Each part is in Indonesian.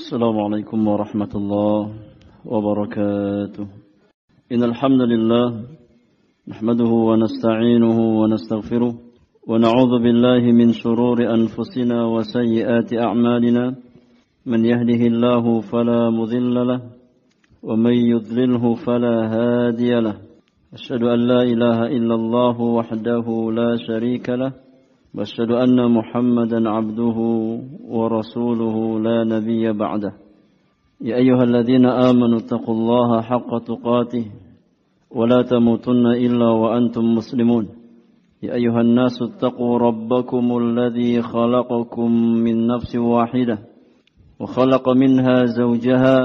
السلام عليكم ورحمة الله وبركاته إن الحمد لله نحمده ونستعينه ونستغفره ونعوذ بالله من شرور أنفسنا وسيئات أعمالنا من يهده الله فلا مضل له ومن يضلله فلا هادي له أشهد أن لا إله إلا الله وحده لا شريك له وأشهد أن محمدا عبده ورسوله لا نبي بعده يا أيها الذين آمنوا اتقوا الله حق تقاته ولا تموتن إلا وأنتم مسلمون يا أيها الناس اتقوا ربكم الذي خلقكم من نفس واحدة وخلق منها زوجها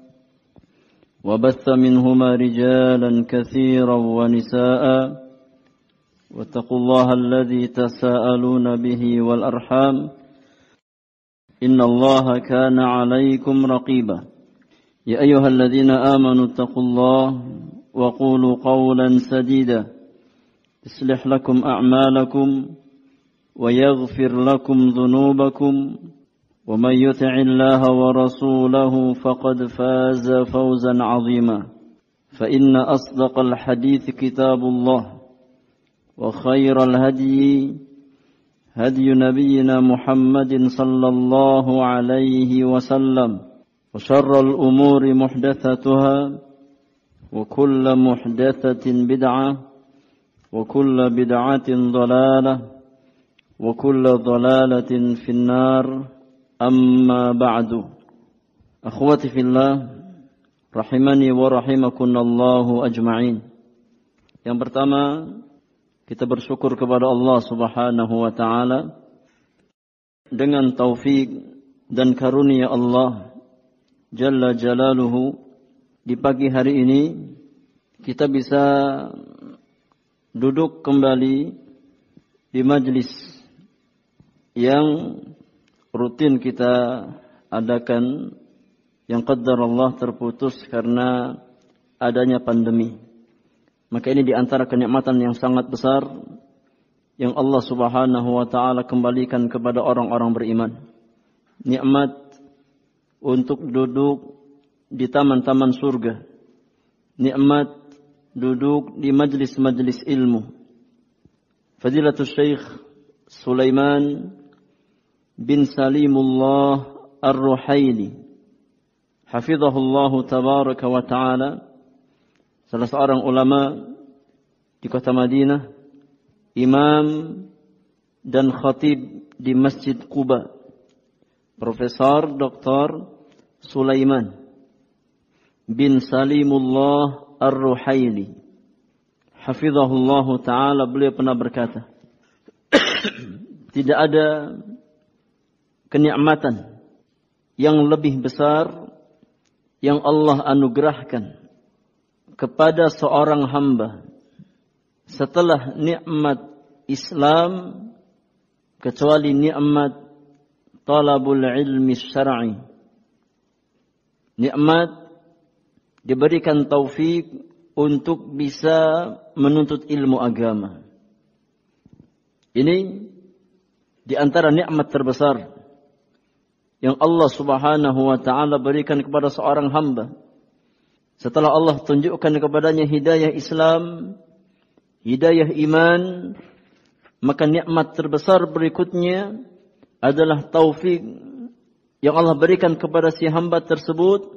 وبث منهما رجالا كثيرا ونساء واتقوا الله الذي تساءلون به والأرحام إن الله كان عليكم رقيبا يا أيها الذين آمنوا اتقوا الله وقولوا قولا سديدا يصلح لكم أعمالكم ويغفر لكم ذنوبكم ومن يطع الله ورسوله فقد فاز فوزا عظيما فإن أصدق الحديث كتاب الله وخير الهدي هدي نبينا محمد صلى الله عليه وسلم وشر الأمور محدثاتها وكل محدثة بدعة وكل بدعة ضلالة وكل ضلالة في النار أما بعد أخوتي في الله rahimani wa rahimakunallahu ajma'in. Yang pertama, kita bersyukur kepada Allah Subhanahu wa taala dengan taufik dan karunia Allah Jalla Jalaluhu. Di pagi hari ini kita bisa duduk kembali di majlis yang rutin kita adakan, yang qadar Allah terputus karena adanya pandemi. Maka ini di antara kenikmatan yang sangat besar yang Allah Subhanahu wa taala kembalikan kepada orang-orang beriman. Nikmat untuk duduk di taman-taman surga. Nikmat duduk di majlis-majlis ilmu. Fadilatul Syekh Sulaiman bin Salimullah Ar-Ruhaili hafizahullahu tabaraka wa ta'ala, salah seorang ulama di kota Madinah, imam dan khatib di Masjid Quba, Profesor Dr. Sulaiman bin Salimullah Ar-Ruhaili hafizahullahu ta'ala, beliau pernah berkata, tidak ada kenikmatan yang lebih besar yang Allah anugerahkan kepada seorang hamba setelah nikmat Islam kecuali nikmat talabul ilmi syar'i. Nikmat diberikan taufik untuk bisa menuntut ilmu agama. Ini di antara nikmat terbesar yang Allah Subhanahu wa taala berikan kepada seorang hamba. Setelah Allah tunjukkan kepadanya hidayah Islam, hidayah iman, maka nikmat terbesar berikutnya adalah taufik yang Allah berikan kepada si hamba tersebut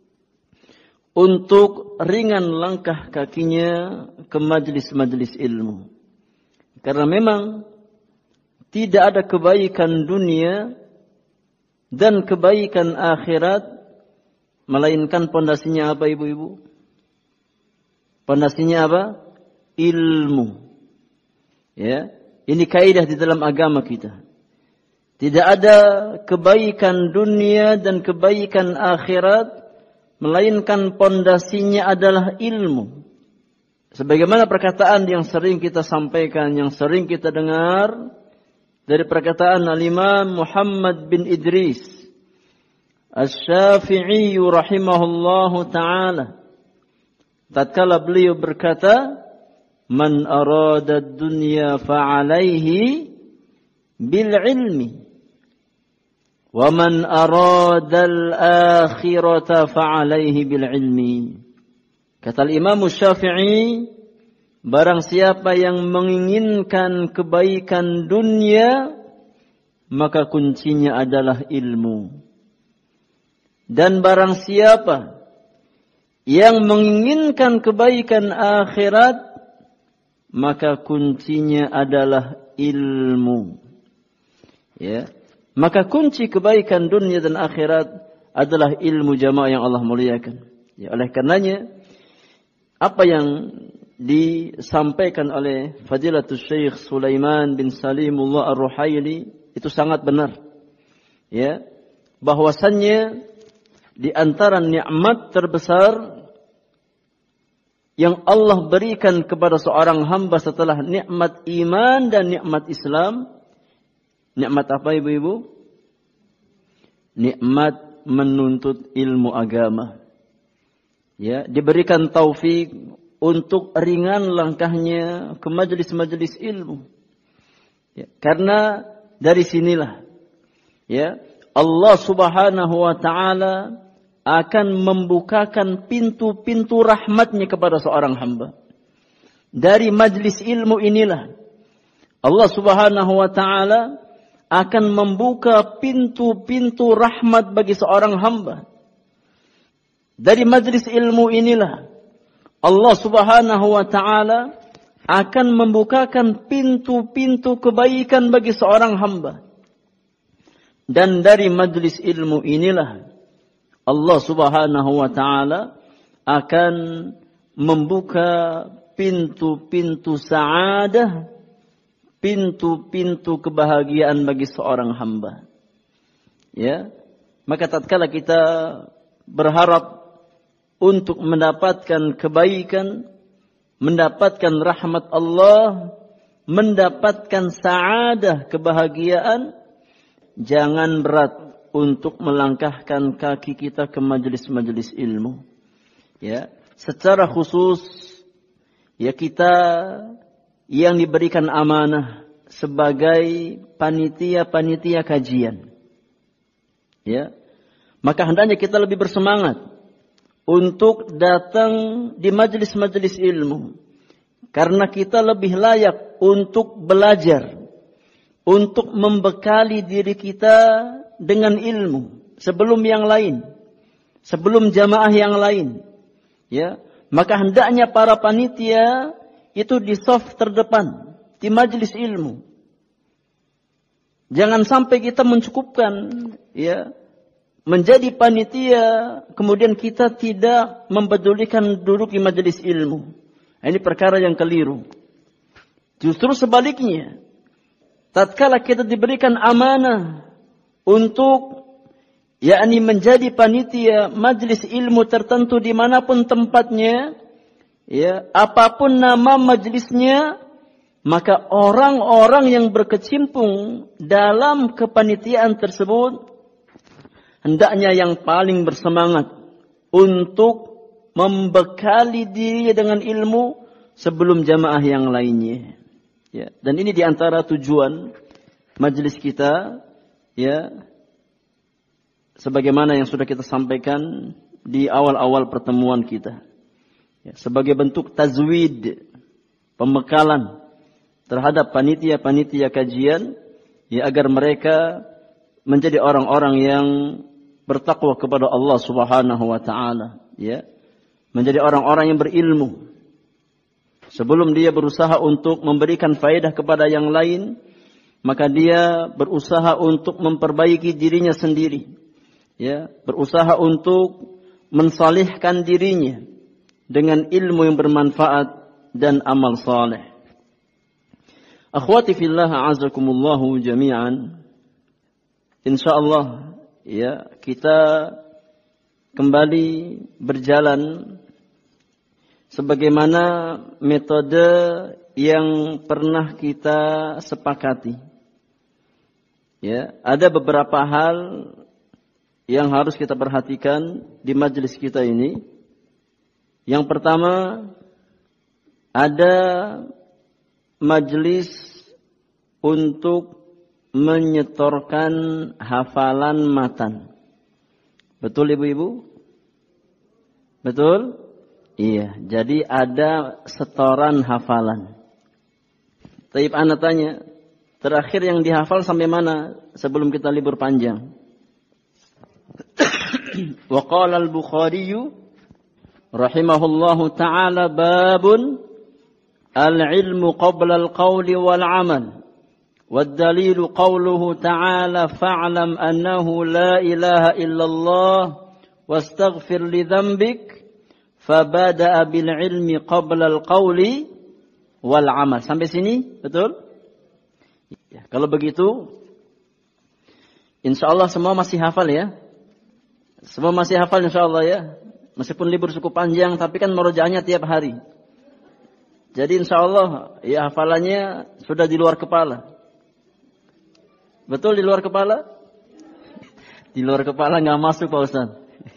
untuk ringan langkah kakinya ke majlis-majlis ilmu. Karena memang tidak ada kebaikan dunia dan kebaikan akhirat melainkan pondasinya apa, ibu-ibu? Pondasinya apa? Ilmu. Ya, ini kaidah di dalam agama kita. Tidak ada kebaikan dunia dan kebaikan akhirat melainkan pondasinya adalah ilmu. Sebagaimana perkataan yang sering kita sampaikan, yang sering kita dengar dari perkataan Al-Imam Muhammad bin Idris Asy-Syafi'i rahimahullahu ta'ala, tatkala beliau berkata, man arada dunya fa'alaihi bil ilmi Wa man aradal akhirata fa'alaihi bil ilmi. Kata Imam Syafi'i, barang siapa yang menginginkan kebaikan dunia, maka kuncinya adalah ilmu. Dan barang siapa yang menginginkan kebaikan akhirat, maka kuncinya adalah ilmu. Ya. Maka kunci kebaikan dunia dan akhirat adalah ilmu, jamaah yang Allah muliakan. Ya, oleh karenanya apa yang disampaikan oleh Fadilatul Syekh Sulaiman bin Salimullah Ar-Ruhaili itu sangat benar. Ya, bahwasannya di antara nikmat terbesar yang Allah berikan kepada seorang hamba setelah nikmat iman dan nikmat Islam, nikmat apa ibu-ibu? Nikmat menuntut ilmu agama. Ya, diberikan taufik untuk ringan langkahnya ke majelis-majelis ilmu. Ya, karena dari sinilah ya Allah Subhanahu wa taala akan membukakan pintu-pintu rahmatnya kepada seorang hamba. Dari majelis ilmu inilah Allah Subhanahu wa taala akan membuka pintu-pintu rahmat bagi seorang hamba. Dari majelis ilmu inilah Allah Subhanahu wa taala akan membukakan pintu-pintu kebaikan bagi seorang hamba. Dan dari majelis ilmu inilah Allah Subhanahu wa taala akan membuka pintu-pintu sa'adah, pintu-pintu kebahagiaan bagi seorang hamba. Ya. Maka tatkala kita berharap untuk mendapatkan kebaikan, mendapatkan rahmat Allah, mendapatkan sa'adah, kebahagiaan, jangan berat untuk melangkahkan kaki kita ke majelis-majelis ilmu. Ya, secara khusus ya kita yang diberikan amanah sebagai panitia-panitia kajian. Ya. Maka hendaknya kita lebih bersemangat untuk datang di majelis-majelis ilmu. Karena kita lebih layak untuk belajar, untuk membekali diri kita dengan ilmu sebelum yang lain, sebelum jamaah yang lain. Ya, maka hendaknya para panitia itu di saf terdepan di majelis ilmu. Jangan sampai kita mencukupkan ya menjadi panitia kemudian kita tidak mempedulikan duduk di majelis ilmu. Ini perkara yang keliru. Justru sebaliknya, tatkala kita diberikan amanah untuk yakni menjadi panitia majelis ilmu tertentu dimanapun tempatnya, ya, apapun nama majelisnya, maka orang-orang yang berkecimpung dalam kepanitiaan tersebut hendaknya yang paling bersemangat untuk membekali diri dengan ilmu sebelum jamaah yang lainnya. Ya, dan ini diantara tujuan majelis kita, ya, sebagaimana yang sudah kita sampaikan di awal-awal pertemuan kita. Ya, sebagai bentuk tazwid, pembekalan terhadap panitia-panitia kajian, ya, agar mereka menjadi orang-orang yang bertakwa kepada Allah Subhanahu wa taala, ya. Menjadi orang-orang yang berilmu. Sebelum dia berusaha untuk memberikan faedah kepada yang lain, maka dia berusaha untuk memperbaiki dirinya sendiri. Ya, berusaha untuk mensalihkan dirinya dengan ilmu yang bermanfaat dan amal saleh. Akhwati fillah a'azakumullahu jami'an. Insyaallah ya, kita kembali berjalan sebagaimana metode yang pernah kita sepakati. Ya, ada beberapa hal yang harus kita perhatikan di majelis kita ini. Yang pertama, ada majelis untuk menyetorkan hafalan matan. Betul ibu-ibu? Betul? Iya, jadi ada setoran hafalan. Taib ana tanya, terakhir yang dihafal sampai mana sebelum kita libur panjang? Wa qala al-Bukhari rahimahullahu ta'ala babun al-ilmu qabla al-qawli wal-amal. Wad-dalilu qawluhu ta'ala fa'lam annahu la ilaha illallah wastaghfir li dhanbik fabada'a bil ilmi qabla al-qawli wal amal. Sampai sini, betul? Ya, kalau begitu, insya Allah semua masih hafal ya. Semua masih hafal insya Allah ya. Meskipun libur cukup panjang, tapi kan murojaahnya tiap hari. Jadi insya Allah ya hafalannya sudah di luar kepala. Betul di luar kepala? Di luar kepala nggak masuk Pak Ustaz.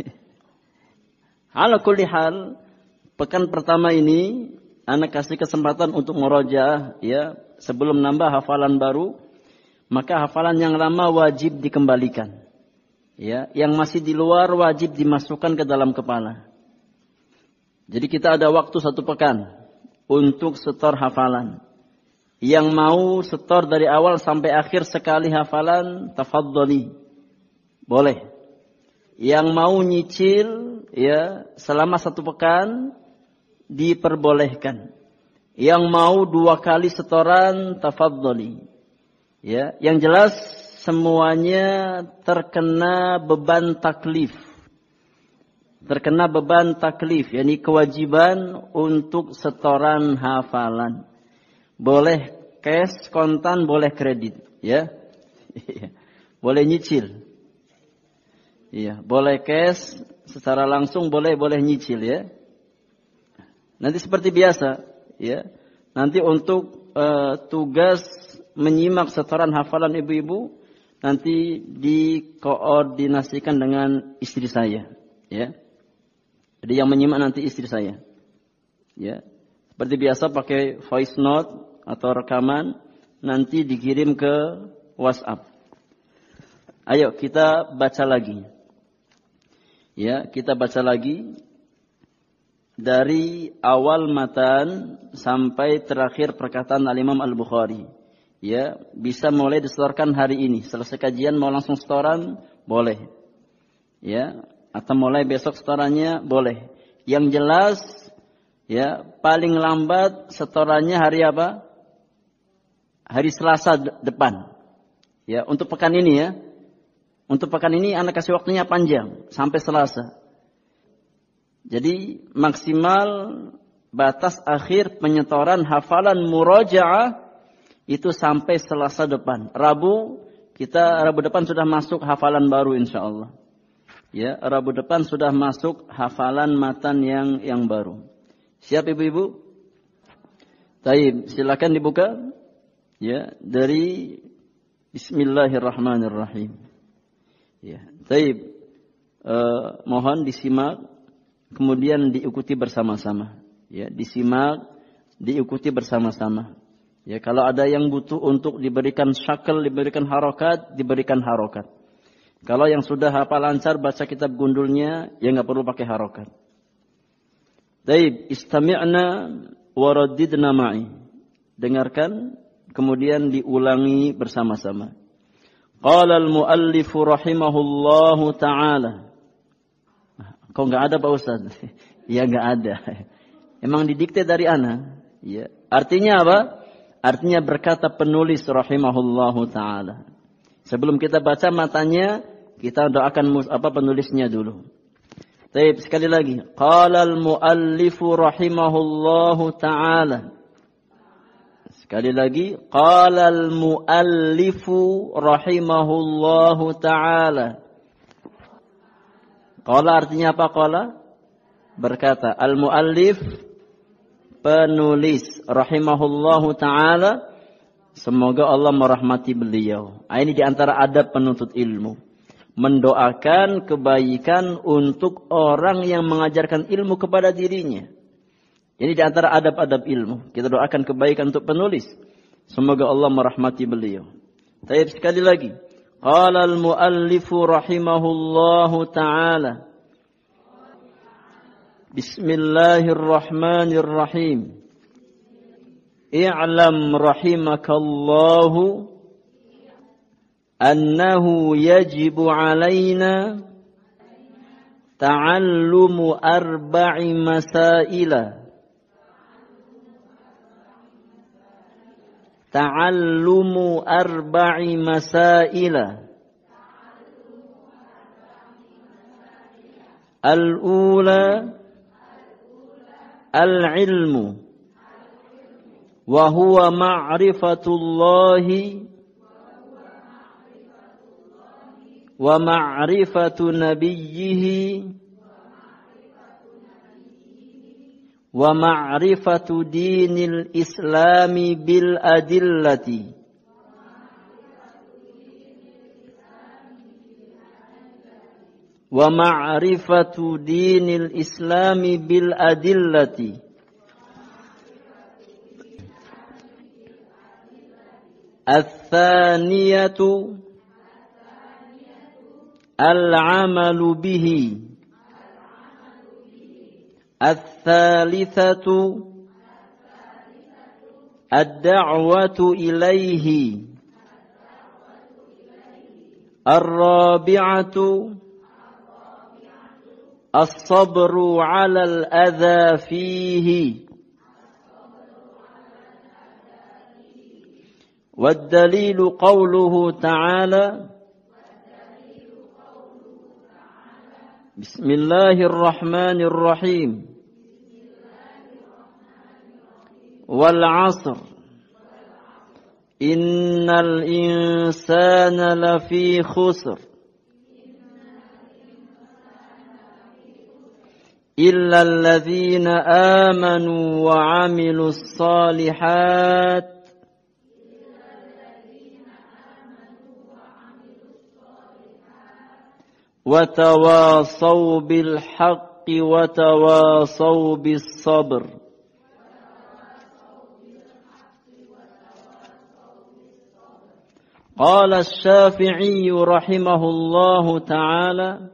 Ala kulli hal, pekan pertama ini anak kasih kesempatan untuk murojaah ya, sebelum nambah hafalan baru, maka hafalan yang lama wajib dikembalikan. Ya, yang masih di luar wajib dimasukkan ke dalam kepala. Jadi kita ada waktu 1 pekan untuk setor hafalan. Yang mau setor dari awal sampai akhir sekali hafalan, tafadhali. Boleh. Yang mau nyicil ya selama 1 pekan diperbolehkan. Yang mau 2 kali setoran, tafadhali. Ya, yang jelas semuanya terkena beban taklif. Terkena beban taklif, yakni kewajiban untuk setoran hafalan. Boleh cash, kontan, boleh kredit, ya. Boleh nyicil. Iya, boleh cash secara langsung, boleh nyicil ya. Nanti seperti biasa, ya. Nanti untuk tugas menyimak setoran hafalan ibu-ibu nanti dikoordinasikan dengan istri saya, ya. Jadi yang menyimak nanti istri saya, ya. Seperti biasa pakai voice note atau rekaman, nanti dikirim ke WhatsApp. Ayo kita baca lagi. Ya, kita baca lagi dari awal matan sampai terakhir perkataan Al-Imam Al-Bukhari. Ya, bisa mulai disetorkan hari ini. Selesai kajian mau langsung setoran, boleh. Ya, atau mulai besok setorannya boleh. Yang jelas ya, paling lambat setorannya hari apa? Hari Selasa depan. Ya, untuk pekan ini ya. Untuk pekan ini anak kasih waktunya panjang sampai Selasa. Jadi maksimal batas akhir penyetoran hafalan murojaah itu sampai Selasa depan. Rabu depan sudah masuk hafalan baru insyaallah. Ya, Rabu depan sudah masuk hafalan matan yang baru. Siap ibu-ibu? Taib, silakan dibuka. Ya, dari Bismillahirrahmanirrahim. Ya, taib. Mohon disimak, kemudian diikuti bersama-sama. Ya, disimak, diikuti bersama-sama. Ya, kalau ada yang butuh untuk diberikan syakal, diberikan harokat, diberikan harokat. Kalau yang sudah hafal lancar baca kitab gundulnya, ya nggak perlu pakai harokat. Taib, istami'na wa raddidna ma'i. Dengarkan, kemudian diulangi bersama-sama. Qala al-muallifu rahimahullahu ta'ala. Kok nggak ada Pak Ustaz? Ya nggak ada. Emang didikte dari ana. Ya. Artinya apa? Artinya berkata penulis rahimahullahu ta'ala. Sebelum kita baca matanya, kita doakan penulisnya dulu. Baik, sekali lagi. Qala al-muallifu rahimahullahu ta'ala. Sekali lagi. Qala al-muallifu rahimahullahu ta'ala. Qala artinya apa qala? Berkata. Al-muallif, penulis. Rahimahullahu ta'ala. Semoga Allah merahmati beliau. Ini diantara adab penuntut ilmu. Mendoakan kebaikan untuk orang yang mengajarkan ilmu kepada dirinya. Ini diantara adab-adab ilmu. Kita doakan kebaikan untuk penulis. Semoga Allah merahmati beliau. Baik, sekali lagi. Qala al-muallif rahimahullahu ta'ala. Bismillahirrahmanirrahim. I'lam rahimakallahu annahu yajibu alaina ta'allumu arba'i masaila. Ta'allumu arba'i masaila. Al-ula al-ilmu wa huwa ma'rifatullahi wa ma'rifatu nabiyyihi wa ma'rifatu dinil islami bil adillati wa ma'rifatu dinil islami bil adillati al-thaniyatu al-amalu bihi الثالثة الدعوة إليه الرابعة الصبر على الأذى فيه والدليل قوله تعالى بسم الله الرحمن الرحيم والعصر إن الإنسان لفي خسر إلا الذين آمنوا وعملوا الصالحات وتواصوا بالحق وتواصوا بالصبر قال الشافعي رحمه الله تعالى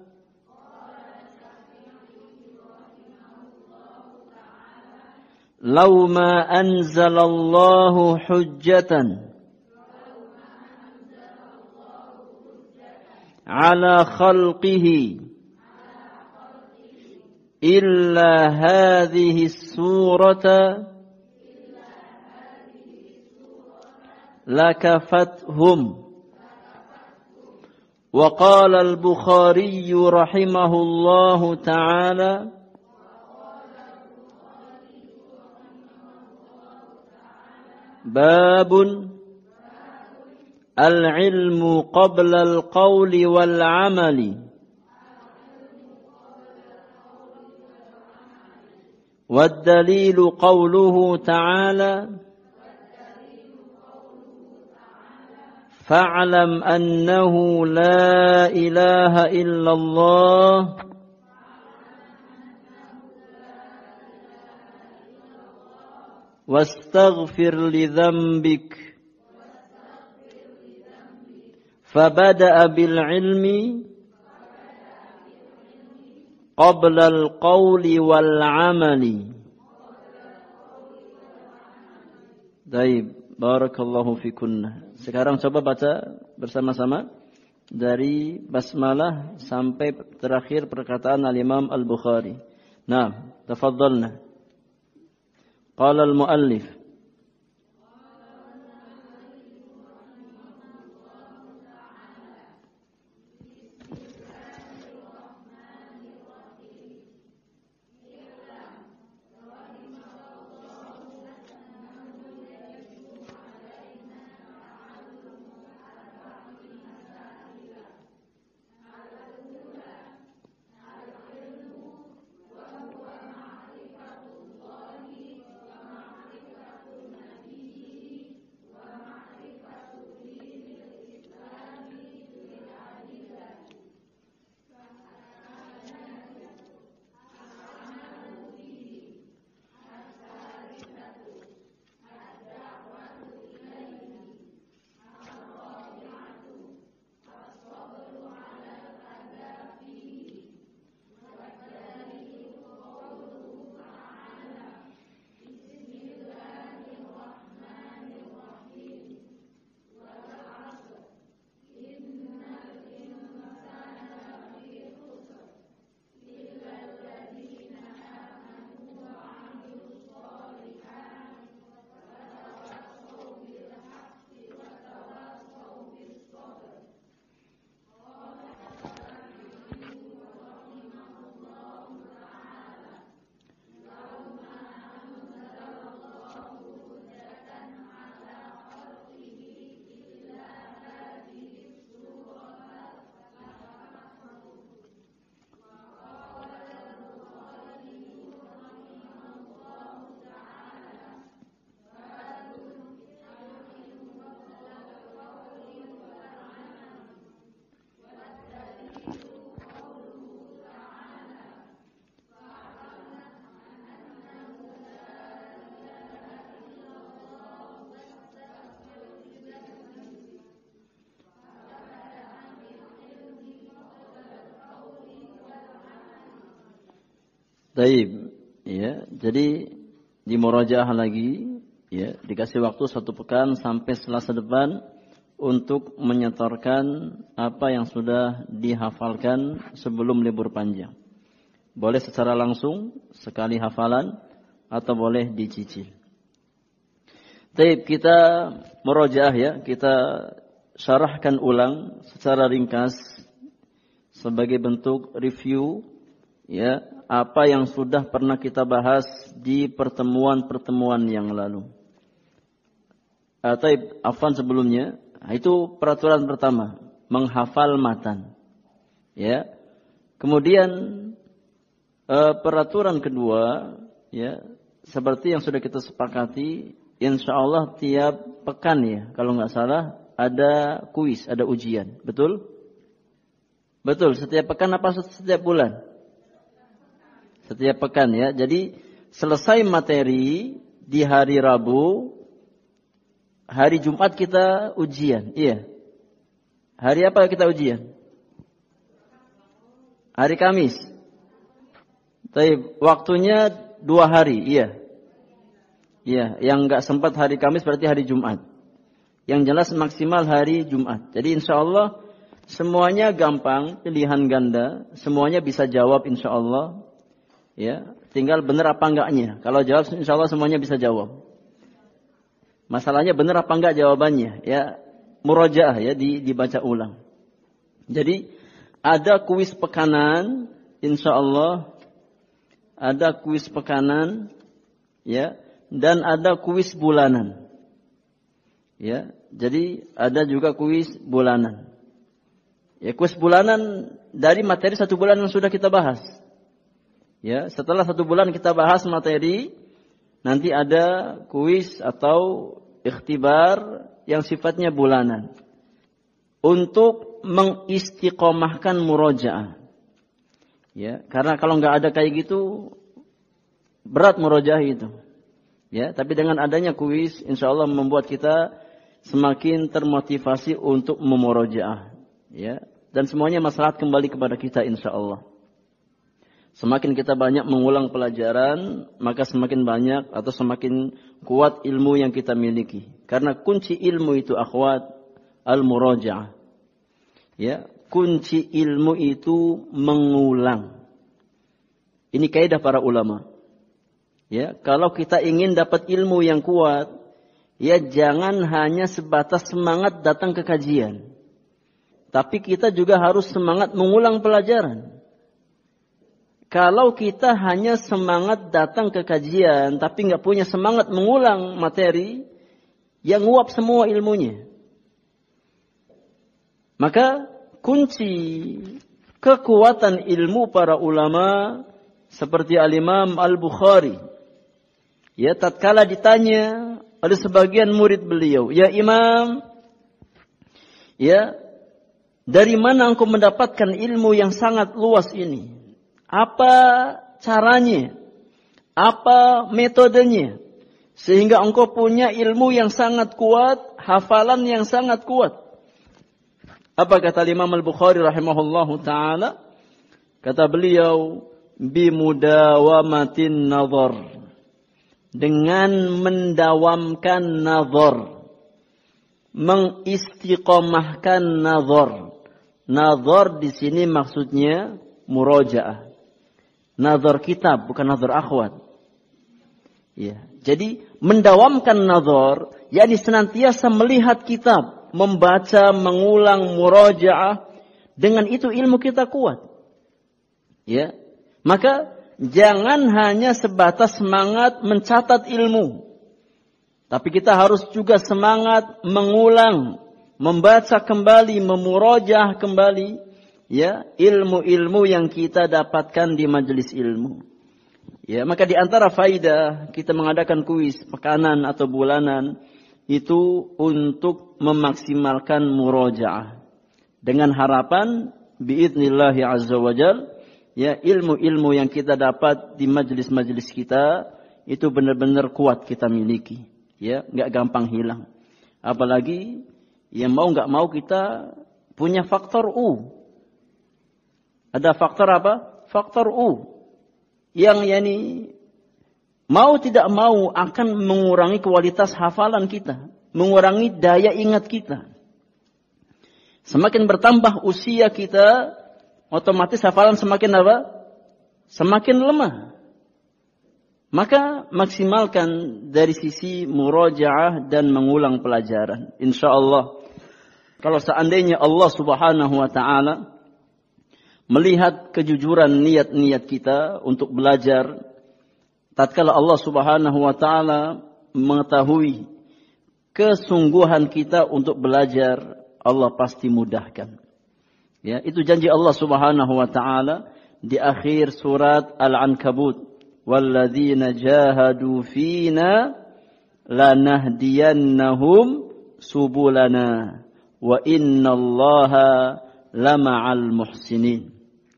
لو ما أنزل الله حجة على خلقه إلا هذه السورة لكفتهم وقال البخاري رحمه الله تعالى باب العلم قبل القول والعمل والدليل قوله تعالى فاعلم أنه لا إله إلا الله واستغفر لذنبك فبدأ بالعلم قبل القول والعمل. Baik, barakallahu fikunna. Sekarang coba baca bersama-sama dari basmalah sampai terakhir perkataan al-Imam Al-Bukhari. Nah, tafadhalna. Qala al-muallif Taib. Ya, jadi di murajaah lagi, ya, dikasih waktu 1 pekan sampai Selasa depan untuk menyetorkan apa yang sudah dihafalkan sebelum libur panjang. Boleh secara langsung, sekali hafalan, atau boleh dicicil. Taib, kita murajaah ya, kita syarahkan ulang secara ringkas sebagai bentuk review ya, apa yang sudah pernah kita bahas di pertemuan-pertemuan yang lalu. Taib, afwan sebelumnya, itu peraturan pertama, menghafal matan. Ya. Kemudian peraturan kedua, ya, seperti yang sudah kita sepakati, insyaallah tiap pekan ya, kalau nggak salah ada kuis, ada ujian, betul? Betul, setiap pekan apa setiap bulan? Setiap pekan ya. Jadi selesai materi di hari Rabu, hari Jumat kita ujian. Iya. Hari apa kita ujian? Hari Kamis. Tapi waktunya 2 hari, iya. Iya, yang enggak sempat hari Kamis berarti hari Jumat. Yang jelas maksimal hari Jumat. Jadi insyaallah semuanya gampang, pilihan ganda, semuanya bisa jawab insyaallah. Ya, tinggal benar apa enggaknya. Kalau jawab insyaallah semuanya bisa jawab. Masalahnya benar apa enggak jawabannya, ya murajaah ya, dibaca ulang. Jadi ada kuis pekanan, insyaallah ada kuis pekanan, ya, dan ada kuis bulanan. Ya, jadi ada juga kuis bulanan. Ya, kuis bulanan dari materi 1 bulan yang sudah kita bahas. Ya, setelah 1 bulan kita bahas materi, nanti ada kuis atau ikhtibar yang sifatnya bulanan untuk mengistiqomahkan murojaah. Ya, karena kalau nggak ada kayak gitu berat murojaah itu. Ya, tapi dengan adanya kuis, insyaallah membuat kita semakin termotivasi untuk memurojaah. Ya, dan semuanya maslahat kembali kepada kita insyaallah. Semakin kita banyak mengulang pelajaran, maka semakin banyak atau semakin kuat ilmu yang kita miliki. Karena kunci ilmu itu akhwat al-murajaah. Ya, kunci ilmu itu mengulang. Ini kaidah para ulama. Ya, kalau kita ingin dapat ilmu yang kuat, ya jangan hanya sebatas semangat datang ke kajian. Tapi kita juga harus semangat mengulang pelajaran. Kalau kita hanya semangat datang ke kajian, tapi nggak punya semangat mengulang materi, yang nguap semua ilmunya. Maka kunci kekuatan ilmu para ulama seperti Al-Imam Al-Bukhari, ya, tatkala ditanya oleh sebagian murid beliau, ya Imam, ya, dari mana engkau mendapatkan ilmu yang sangat luas ini? Apa caranya? Apa metodenya? Sehingga engkau punya ilmu yang sangat kuat, hafalan yang sangat kuat. Apa kata Imam Al-Bukhari rahimahullahu ta'ala? Kata beliau, bimudawamatin nazar. Dengan mendawamkan nazar. Mengistiqomahkan nazar. Nazar di sini maksudnya murojaah. Nazar kitab, bukan nazar akhwat. Ya, jadi mendawamkan nazar, yakni senantiasa melihat kitab, membaca, mengulang, murojaah, dengan itu ilmu kita kuat. Ya, maka jangan hanya sebatas semangat mencatat ilmu, tapi kita harus juga semangat mengulang, membaca kembali, memurojaah kembali. Ya, ilmu-ilmu yang kita dapatkan di majelis ilmu. Ya, maka di antara faidah kita mengadakan kuis pekanan atau bulanan itu untuk memaksimalkan murojaah dengan harapan biidnillahi azza wajal, ya, ilmu-ilmu yang kita dapat di majelis-majelis kita itu benar-benar kuat kita miliki. Ya, enggak gampang hilang. Apalagi yang mau enggak mau kita punya faktor U. Ada faktor apa? Faktor U. yang mau tidak mau akan mengurangi kualitas hafalan kita, mengurangi daya ingat kita. Semakin bertambah usia kita, otomatis hafalan semakin apa? Semakin lemah. Maka maksimalkan dari sisi murajaah dan mengulang pelajaran. InsyaAllah, kalau seandainya Allah Subhanahu wa Ta'ala melihat kejujuran niat-niat kita untuk belajar, tatkala Allah Subhanahu wa Ta'ala mengetahui kesungguhan kita untuk belajar, Allah pasti mudahkan. Ya, itu janji Allah Subhanahu wa Ta'ala di akhir surat Al-Ankabut. Walladzina jahadu fina lanahdiyannahum subulana wa innallaha lama'al muhsinin.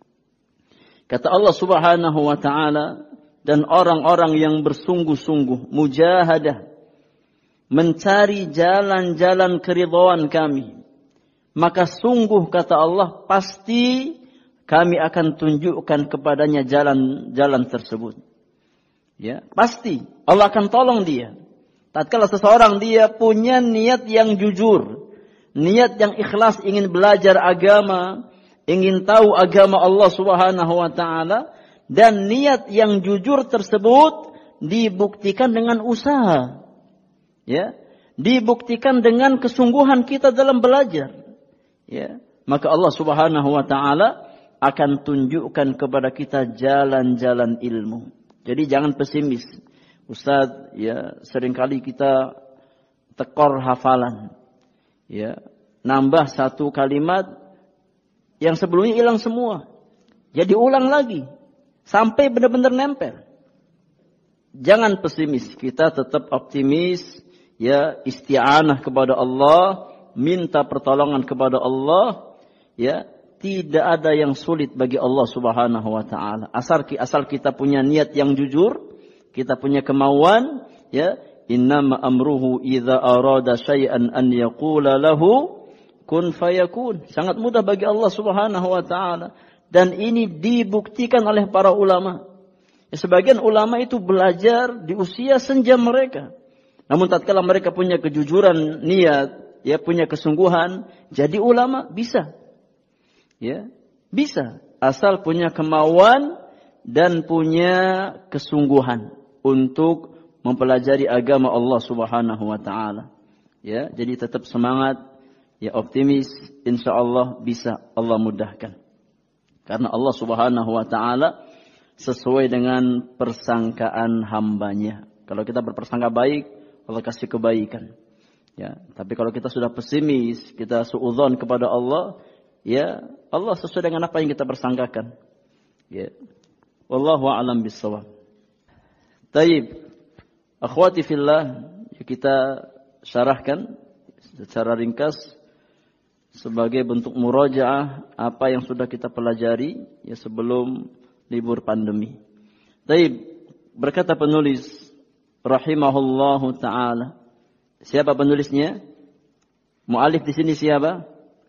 Kata Allah Subhanahu wa Ta'ala, dan orang-orang yang bersungguh-sungguh mujahadah mencari jalan-jalan keridhaan kami, maka sungguh kata Allah pasti kami akan tunjukkan kepadanya jalan-jalan tersebut. Ya, pasti Allah akan tolong dia. Tatkala seseorang dia punya niat yang jujur, niat yang ikhlas ingin belajar agama, ingin tahu agama Allah Subhanahu wa Ta'ala, dan niat yang jujur tersebut dibuktikan dengan usaha. Ya, dibuktikan dengan kesungguhan kita dalam belajar. Ya, maka Allah Subhanahu wa Ta'ala akan tunjukkan kepada kita jalan-jalan ilmu. Jadi jangan pesimis. Ustaz, ya seringkali kita tekor hafalan. Ya, nambah satu kalimat yang sebelumnya hilang semua. Jadi ulang lagi sampai benar-benar nempel. Jangan pesimis, kita tetap optimis, ya isti'anah kepada Allah, minta pertolongan kepada Allah, ya tidak ada yang sulit bagi Allah Subhanahu wa Ta'ala. Asal kita punya niat yang jujur, kita punya kemauan, ya innama amruhu idza arada syai'an an yaqula lahu kun fayakun. Sangat mudah bagi Allah Subhanahu wa Ta'ala, dan ini dibuktikan oleh para ulama. Ya, sebagian ulama itu belajar di usia senja mereka. Namun tatkala mereka punya kejujuran niat, ya punya kesungguhan, jadi ulama bisa. Ya, bisa asal punya kemauan dan punya kesungguhan untuk mempelajari agama Allah Subhanahu wa Ta'ala. Ya, jadi tetap semangat, ya optimis, insyaallah bisa Allah mudahkan. Karena Allah Subhanahu wa Ta'ala sesuai dengan persangkaan hambanya. Kalau kita berpersangka baik, Allah kasih kebaikan. Ya, tapi kalau kita sudah pesimis, kita suudzon kepada Allah, ya Allah sesuai dengan apa yang kita persangkakan. Ya. Wallahu a'lam bissawab. Taib. Akhwati fillah, kita syarahkan secara ringkas sebagai bentuk murajaah apa yang sudah kita pelajari ya sebelum libur pandemi. Taib, berkata penulis rahimahullahu taala. Siapa penulisnya? Mu'alif di sini siapa?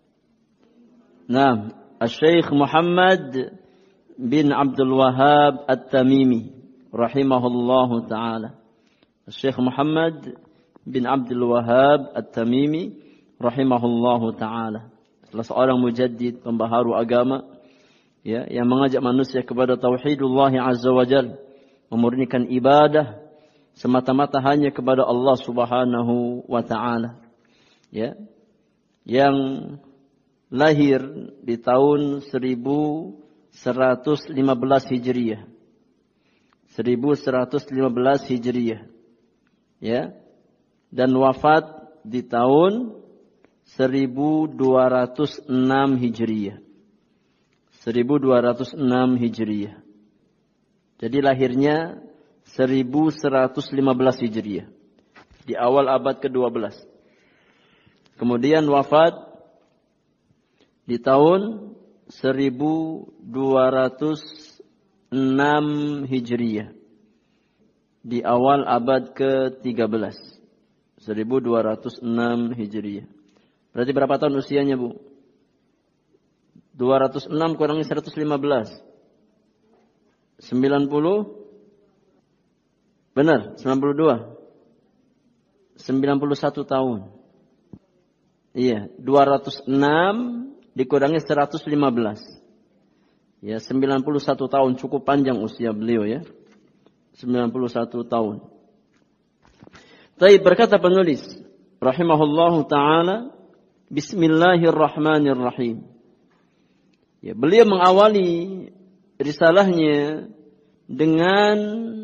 Nah, Syekh Muhammad bin Abdul Wahhab At-Tamimi rahimahullahu taala. Syekh Muhammad bin Abdul Wahhab At-Tamimi rahimahullahu taala. Salah seorang mujaddid, pembaharu agama, ya, yang mengajak manusia kepada tauhidullah azza wajalla, memurnikan ibadah semata-mata hanya kepada Allah Subhanahu wa taala. Ya. Yang lahir di tahun 1115 Hijriah. 1115 Hijriah. Ya. Dan wafat di tahun 1206 Hijriah. 1206 Hijriah. Jadi lahirnya 1115 Hijriah. Di awal abad ke-12. Kemudian wafat di tahun 1206 Hijriah. Di awal abad ke-13. 1206 Hijriah. Berarti berapa tahun usianya, Bu? 206 kurangi 115. Benar, 92. 91 tahun. Iya, 206 dikurangi 115. Ya, 91 tahun, cukup panjang usia beliau ya. 91 tahun. Baik, berkata penulis rahimahullahu taala, Bismillahirrahmanirrahim. Ya, beliau mengawali risalahnya dengan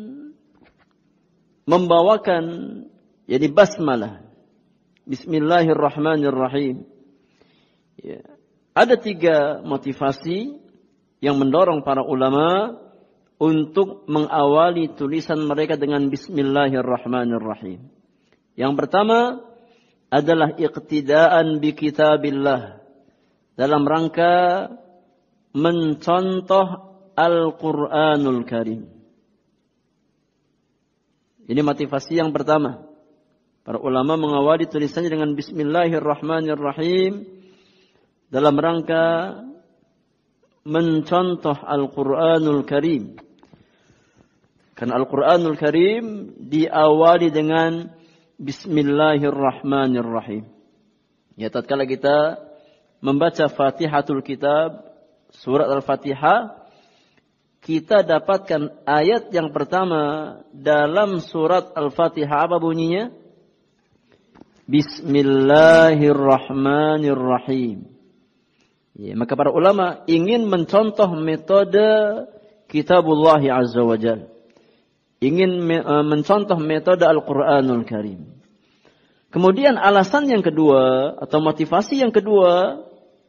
membawakan jadi basmalah. Bismillahirrahmanirrahim. Ya. Ada 3 motivasi yang mendorong para ulama untuk mengawali tulisan mereka dengan Bismillahirrahmanirrahim. Yang pertama adalah iqtidaan bi kitabillah, dalam rangka mencontoh Al-Quranul Karim. Ini motivasi yang pertama. Para ulama mengawali tulisannya dengan Bismillahirrahmanirrahim dalam rangka mencontoh Al-Quranul Karim. Karena Al-Quranul Karim diawali dengan Bismillahirrahmanirrahim. Ya, tatkala kita membaca Fatihatul Kitab, surat Al-Fatihah, kita dapatkan ayat yang pertama dalam surat Al-Fatihah, apa bunyinya? Bismillahirrahmanirrahim. Ya, maka para ulama ingin mencontoh metode Kitabullah Azza wa Jalla. Ingin mencontoh metode Al-Quranul Karim. Kemudian alasan yang kedua atau motivasi yang kedua,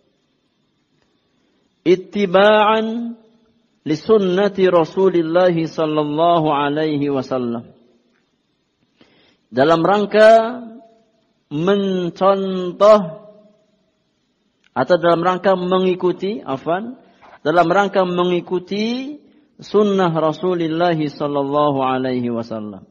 ittiba'an li sunnati Rasulillah sallallahu alaihi wasallam. Dalam rangka mencontoh atau dalam rangka mengikuti, dalam rangka mengikuti sunnah Rasulullah sallallahu alaihi wasallam.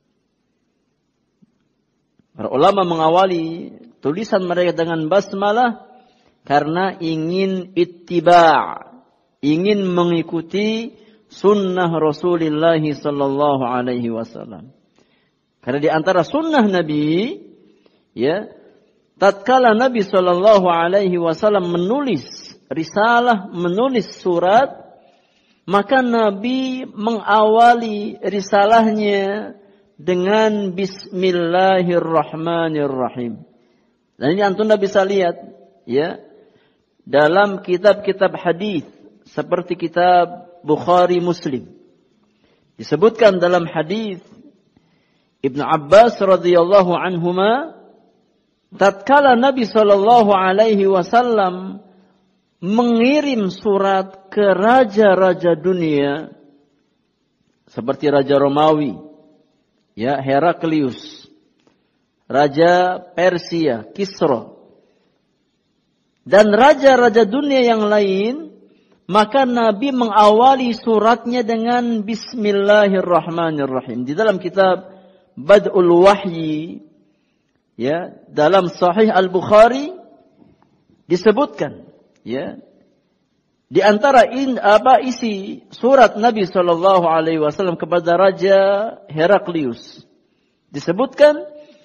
Para ulama mengawali tulisan mereka dengan basmalah karena ingin ittiba', ingin mengikuti sunnah Rasulullah sallallahu alaihi wasallam. Karena di antara sunnah Nabi, ya, tatkala Nabi sallallahu alaihi wasallam menulis risalah, menulis surat, maka Nabi mengawali risalahnya dengan Bismillahirrahmanirrahim. Dan ini antum bisa lihat, ya, dalam kitab-kitab hadis seperti kitab Bukhari, Muslim. Disebutkan dalam hadis Ibnu Abbas radhiyallahu anhuma, tatkala Nabi sallallahu alaihi wasallam mengirim surat ke raja-raja dunia seperti Raja Romawi, ya, Heraklius, Raja Persia, Kisra, dan raja-raja dunia yang lain, maka Nabi mengawali suratnya dengan Bismillahirrahmanirrahim. Di dalam kitab Bad'ul Wahyi, ya, dalam Sahih Al-Bukhari disebutkan, ya, di antara isi surat Nabi sallallahu alaihi wasallam kepada Raja Heraklius disebutkan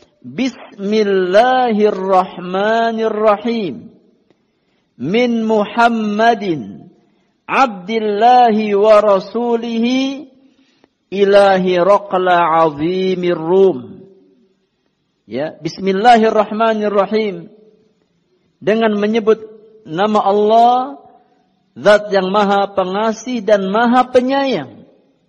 Bismillahirrahmanirrahim min Muhammadin abdillahi wa rasulihi ila Hiraqla azimir Rum. Ya, Bismillahirrahmanirrahim, dengan menyebut nama Allah, Zat yang Maha Pengasih dan Maha Penyayang,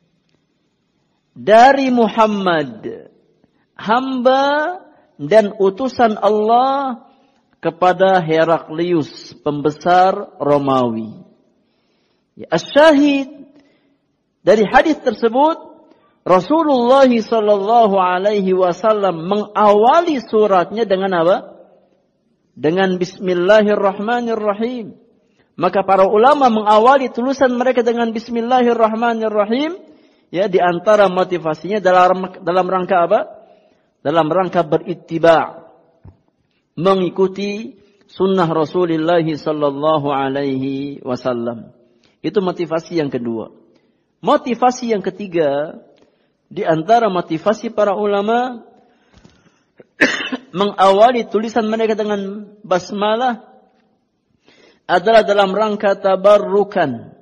dari Muhammad, hamba dan utusan Allah, kepada Heraklius, pembesar Romawi. Ya, asyahid dari hadis tersebut, Rasulullah sallallahu alaihi wasallam mengawali suratnya dengan apa? Dengan Bismillahirrahmanirrahim. Maka para ulama mengawali tulisan mereka dengan Bismillahirrahmanirrahim, ya, di antara motivasinya dalam rangka apa? Dalam rangka berittiba', mengikuti sunnah Rasulullah sallallahu alaihi wasallam. Itu motivasi yang kedua. Motivasi yang ketiga, di antara motivasi para ulama mengawali tulisan mereka dengan basmalah adalah dalam rangka tabarrukan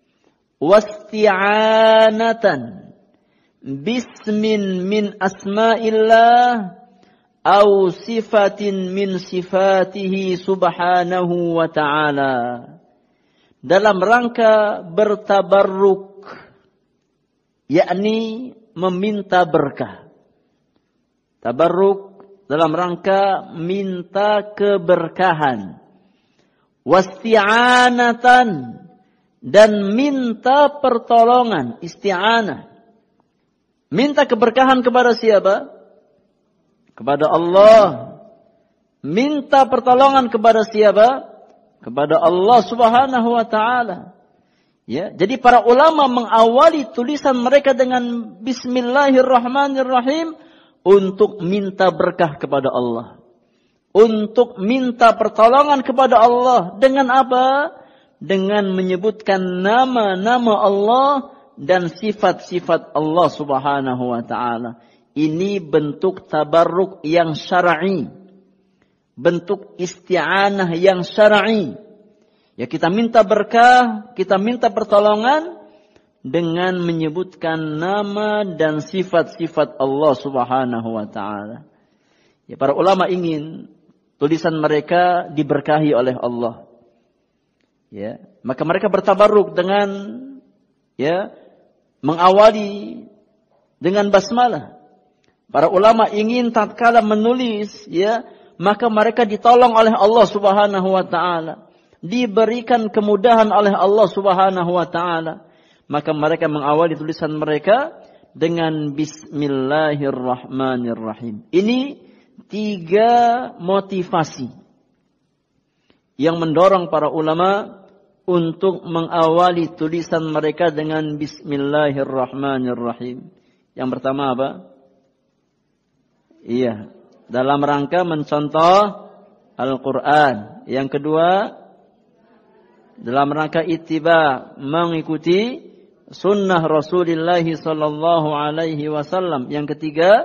wasti'anatan bismin min asma'illah aw sifatin min sifatihi subhanahu wa ta'ala. Dalam rangka bertabarruk, yakni meminta berkah. Tabarruk dalam rangka minta keberkahan. Wasti'anatan, dan minta pertolongan, isti'anah. Minta keberkahan kepada siapa? Kepada Allah. Minta pertolongan kepada siapa? Kepada Allah Subhanahu wa ta'ala. Ya, jadi para ulama mengawali tulisan mereka dengan Bismillahirrahmanirrahim untuk minta berkah kepada Allah, untuk minta pertolongan kepada Allah. Dengan apa? Dengan menyebutkan nama-nama Allah dan sifat-sifat Allah Subhanahu wa ta'ala. Ini bentuk tabarruk yang syar'i, bentuk isti'anah yang syar'i. Ya, kita minta berkah, kita minta pertolongan dengan menyebutkan nama dan sifat-sifat Allah Subhanahu wa ta'ala. Ya, para ulama ingin tulisan mereka diberkahi oleh Allah. Ya, maka mereka bertabarruk dengan mengawali dengan basmalah. Para ulama ingin tatkala menulis, maka mereka ditolong oleh Allah Subhanahu wa ta'ala, diberikan kemudahan oleh Allah Subhanahu wa ta'ala. Maka mereka mengawali tulisan mereka dengan Bismillahirrahmanirrahim. Ini 3 motivasi yang mendorong para ulama untuk mengawali tulisan mereka dengan Bismillahirrahmanirrahim. Yang pertama apa? Iya, dalam rangka mencontoh Al-Quran. Yang kedua, dalam rangka ittiba, mengikuti sunnah Rasulullah sallallahu alaihi wasallam. Yang ketiga,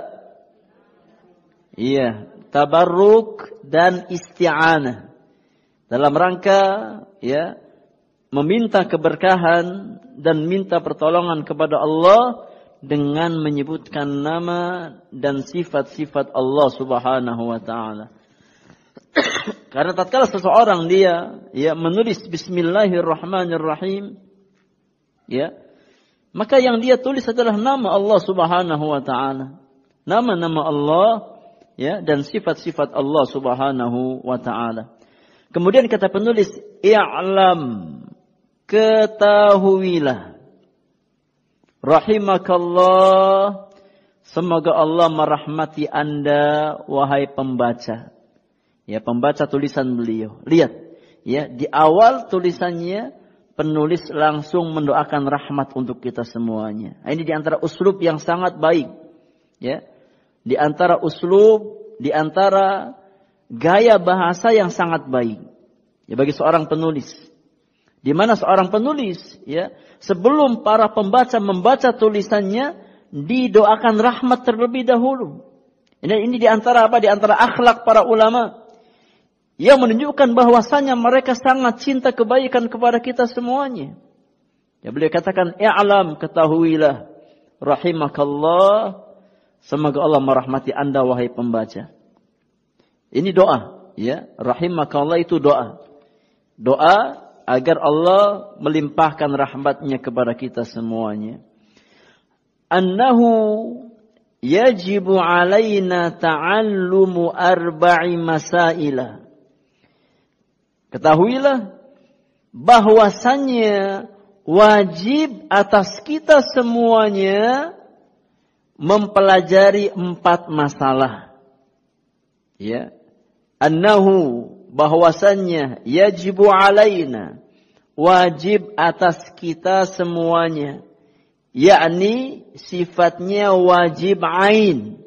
tabarruk dan isti'anah. Dalam rangka meminta keberkahan dan minta pertolongan kepada Allah dengan menyebutkan nama dan sifat-sifat Allah Subhanahu wa ta'ala. Karena tatkala seseorang dia menulis Bismillahirrahmanirrahim, maka yang dia tulis adalah nama Allah Subhanahu wa ta'ala, nama-nama Allah dan sifat-sifat Allah Subhanahu wa ta'ala. Kemudian kata penulis, i'lam, ketahuilah, rahimakallah, semoga Allah merahmati Anda wahai pembaca. Ya, pembaca tulisan beliau. Lihat, di awal tulisannya penulis langsung mendoakan rahmat untuk kita semuanya. Ini di antara uslub yang sangat baik. Ya. Di antara uslub, di antara gaya bahasa yang sangat baik. Ya, bagi seorang penulis. Di mana seorang penulis, sebelum para pembaca membaca tulisannya, didoakan rahmat terlebih dahulu. Ini di antara apa? Di antara akhlak para ulama yang menunjukkan bahwasanya mereka sangat cinta kebaikan kepada kita semuanya. Ya, beliau katakan, i'lam, ketahuilah, rahimakallah, semoga Allah merahmati Anda wahai pembaca. Ini doa, rahimakallah itu doa. Doa agar Allah melimpahkan rahmatnya kepada kita semuanya. Annahu yajibu alaina ta'allumu arba'i masailah. Ketahuilah bahwasannya wajib atas kita semuanya mempelajari 4 masalah. Annahu, bahwasannya, yajibu alaina, wajib atas kita semuanya, yakni sifatnya wajib ain.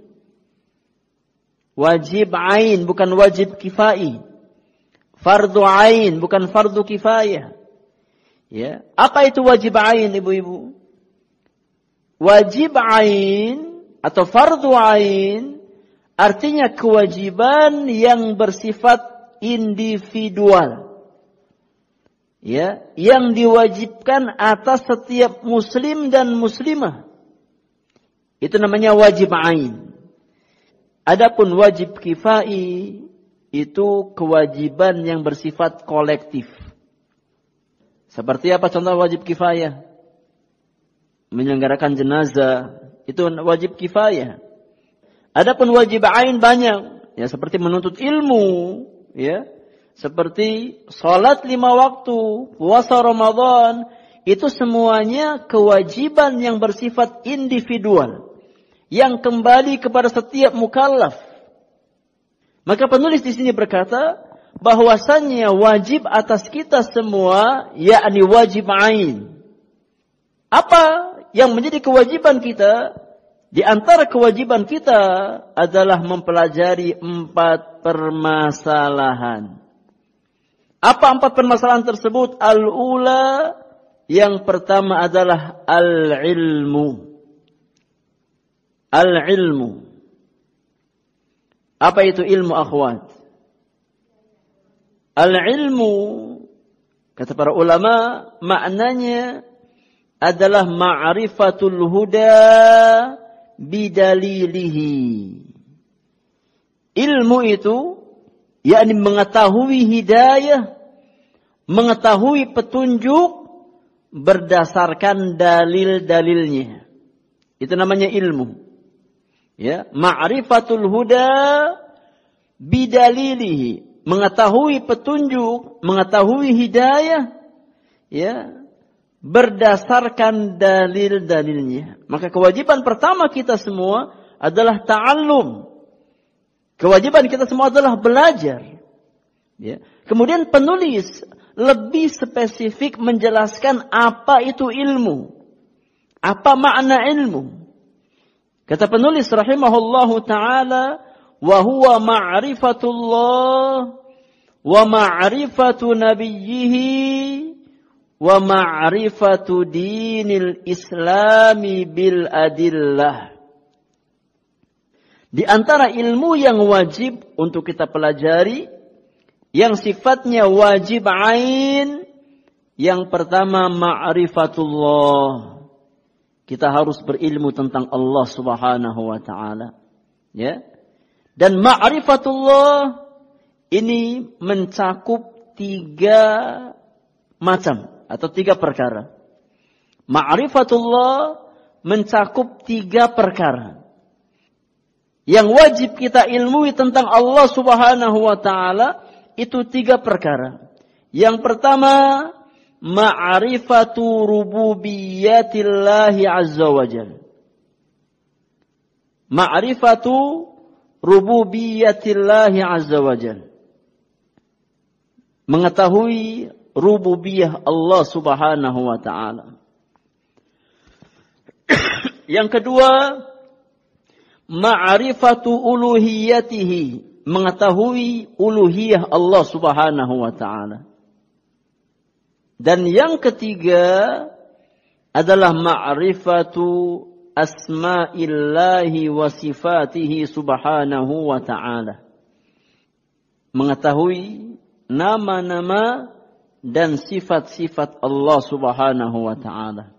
Wajib ain, bukan wajib kifai. Fardu ain, bukan fardu kifayah. Apa itu wajib ain, ibu-ibu? wajib ain atau fardu ain artinya kewajiban yang bersifat individual. Ya, yang diwajibkan atas setiap muslim dan muslimah. Itu namanya wajib ain. Adapun wajib kifai itu kewajiban yang bersifat kolektif. Seperti apa contoh wajib kifayah? Menyelenggarakan jenazah, itu wajib kifayah. Adapun wajib ain banyak, ya seperti menuntut ilmu, ya. Seperti salat 5 waktu, puasa Ramadan, itu semuanya kewajiban yang bersifat individual. Yang kembali kepada setiap mukallaf. Maka penulis di sini berkata, bahwasannya wajib atas kita semua, yakni wajib ain. Apa yang menjadi kewajiban kita? Di antara kewajiban kita adalah mempelajari 4 permasalahan. Apa 4 permasalahan tersebut? Al-ula, yang pertama adalah al-ilmu. Al-ilmu. Apa itu ilmu, akhwat? Al-ilmu, kata para ulama, maknanya adalah ma'rifatul huda bidalilihi. Ilmu itu yakni mengetahui hidayah, mengetahui petunjuk berdasarkan dalil-dalilnya. Itu namanya ilmu. Ya, ma'rifatul huda bidalilihi, mengetahui petunjuk, mengetahui hidayah, ya, berdasarkan dalil-dalilnya. Maka kewajiban pertama kita semua adalah ta'allum. Kewajiban kita semua adalah belajar. Ya. Kemudian penulis lebih spesifik menjelaskan apa itu ilmu. Apa makna ilmu. Kata penulis rahimahullahu ta'ala, wa huwa ma'rifatullah wa ma'rifatu nabiyyihi wa ma'rifatu dinil islami bil adillah. Di antara ilmu yang wajib untuk kita pelajari, yang sifatnya wajib ain, yang pertama ma'rifatullah. Kita harus berilmu tentang Allah Subhanahu wa taala. Ya. Dan ma'rifatullah ini mencakup 3 macam atau 3 perkara. Ma'rifatullah mencakup 3 perkara. Yang wajib kita ilmui tentang Allah Subhanahu wa taala itu 3 perkara. Yang pertama, ma'rifatu rububiyyatillahi azza wa jalla. Ma'rifatu rububiyyatillahi azza wa jalla. Mengetahui rububiyah Allah Subhanahu wa taala. Yang kedua, ma'rifatu uluhiyatihi, mengetahui uluhiyah Allah Subhanahu wa taala. Dan yang ketiga adalah ma'rifatu asma'illahi wa sifatihi subhanahu wa ta'ala. Mengetahui nama-nama dan sifat-sifat Allah Subhanahu wa ta'ala.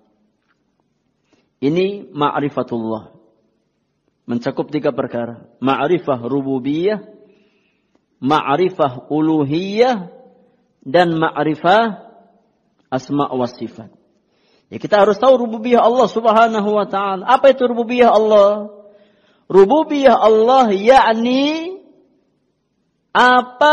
Ini ma'rifatullah. Mencakup 3 perkara. Ma'rifah rububiyah, ma'rifah uluhiyah, dan ma'rifah asma' wa sifat. Ya, kita harus tahu rububiyah Allah Subhanahu wa ta'ala. Apa itu rububiyah Allah? Rububiyah Allah yakni apa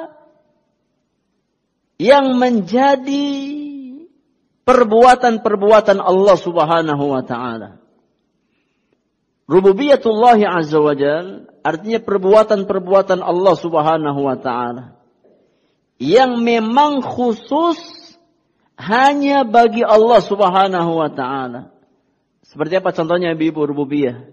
yang menjadi perbuatan-perbuatan Allah Subhanahu wa ta'ala. Rububiyatullah azza wa jal artinya perbuatan-perbuatan Allah Subhanahu wa ta'ala yang memang khusus hanya bagi Allah Subhanahu wa ta'ala. Seperti apa contohnya ibu rububiyah?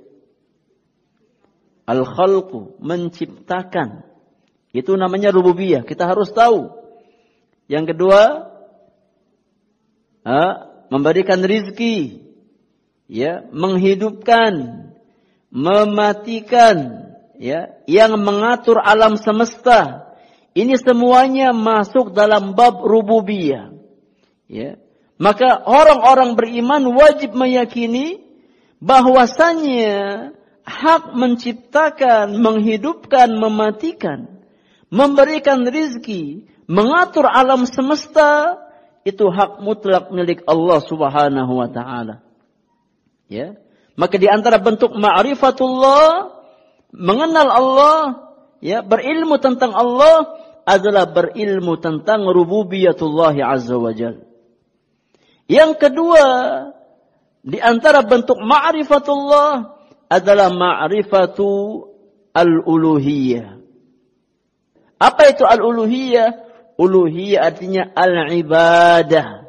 Al-khalqu, menciptakan. Itu namanya rububiyah. Kita harus tahu. Yang kedua, memberikan rizki. ya, menghidupkan, mematikan, ya, yang mengatur alam semesta. Ini semuanya masuk dalam bab rububiyah. Ya. Maka orang-orang beriman wajib meyakini bahwasannya hak menciptakan, menghidupkan, mematikan, memberikan rizki, mengatur alam semesta, itu hak mutlak milik Allah Subhanahu wa taala. Ya. Maka di antara bentuk ma'rifatullah, mengenal Allah, ya, berilmu tentang Allah adalah berilmu tentang rububiyatullah azza wa jalla. Yang kedua, di antara bentuk ma'rifatullah adalah ma'rifatu al-uluhiyah. Apa itu al-uluhiyah? Uluhiyah artinya al-ibadah.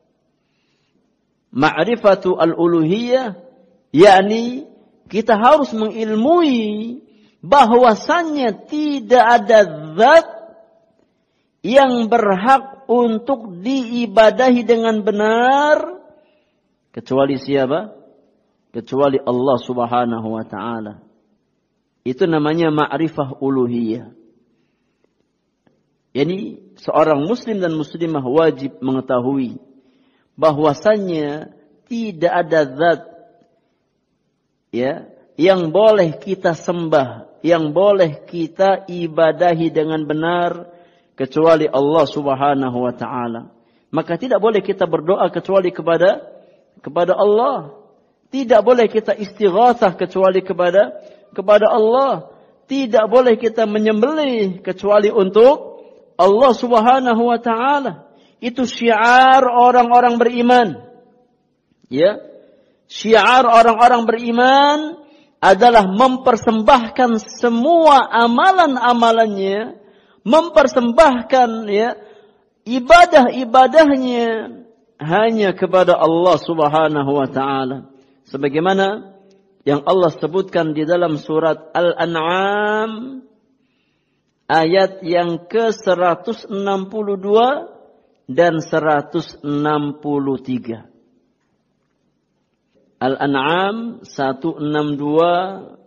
Ma'rifatu al-uluhiyah, yakni kita harus mengilmui bahwasannya tidak ada zat yang berhak untuk diibadahi dengan benar kecuali siapa? Kecuali Allah Subhanahu wa taala. Itu namanya ma'rifah uluhiyah. Yani seorang muslim dan muslimah wajib mengetahui bahwasannya tidak ada zat, ya, yang boleh kita sembah, yang boleh kita ibadahi dengan benar kecuali Allah Subhanahu wa taala. Maka tidak boleh kita berdoa kecuali kepada Allah. Tidak boleh kita istighatsah kecuali kepada Allah. Tidak boleh kita menyembelih kecuali untuk Allah Subhanahu wa taala. Itu syiar orang-orang beriman. Ya. Syiar orang-orang beriman adalah mempersembahkan semua amalan-amalannya, mempersembahkan, ya, ibadah-ibadahnya hanya kepada Allah Subhanahu wa taala. Sebagaimana yang Allah sebutkan di dalam surat Al-An'am ayat yang ke-162 dan 163. Al-An'am 162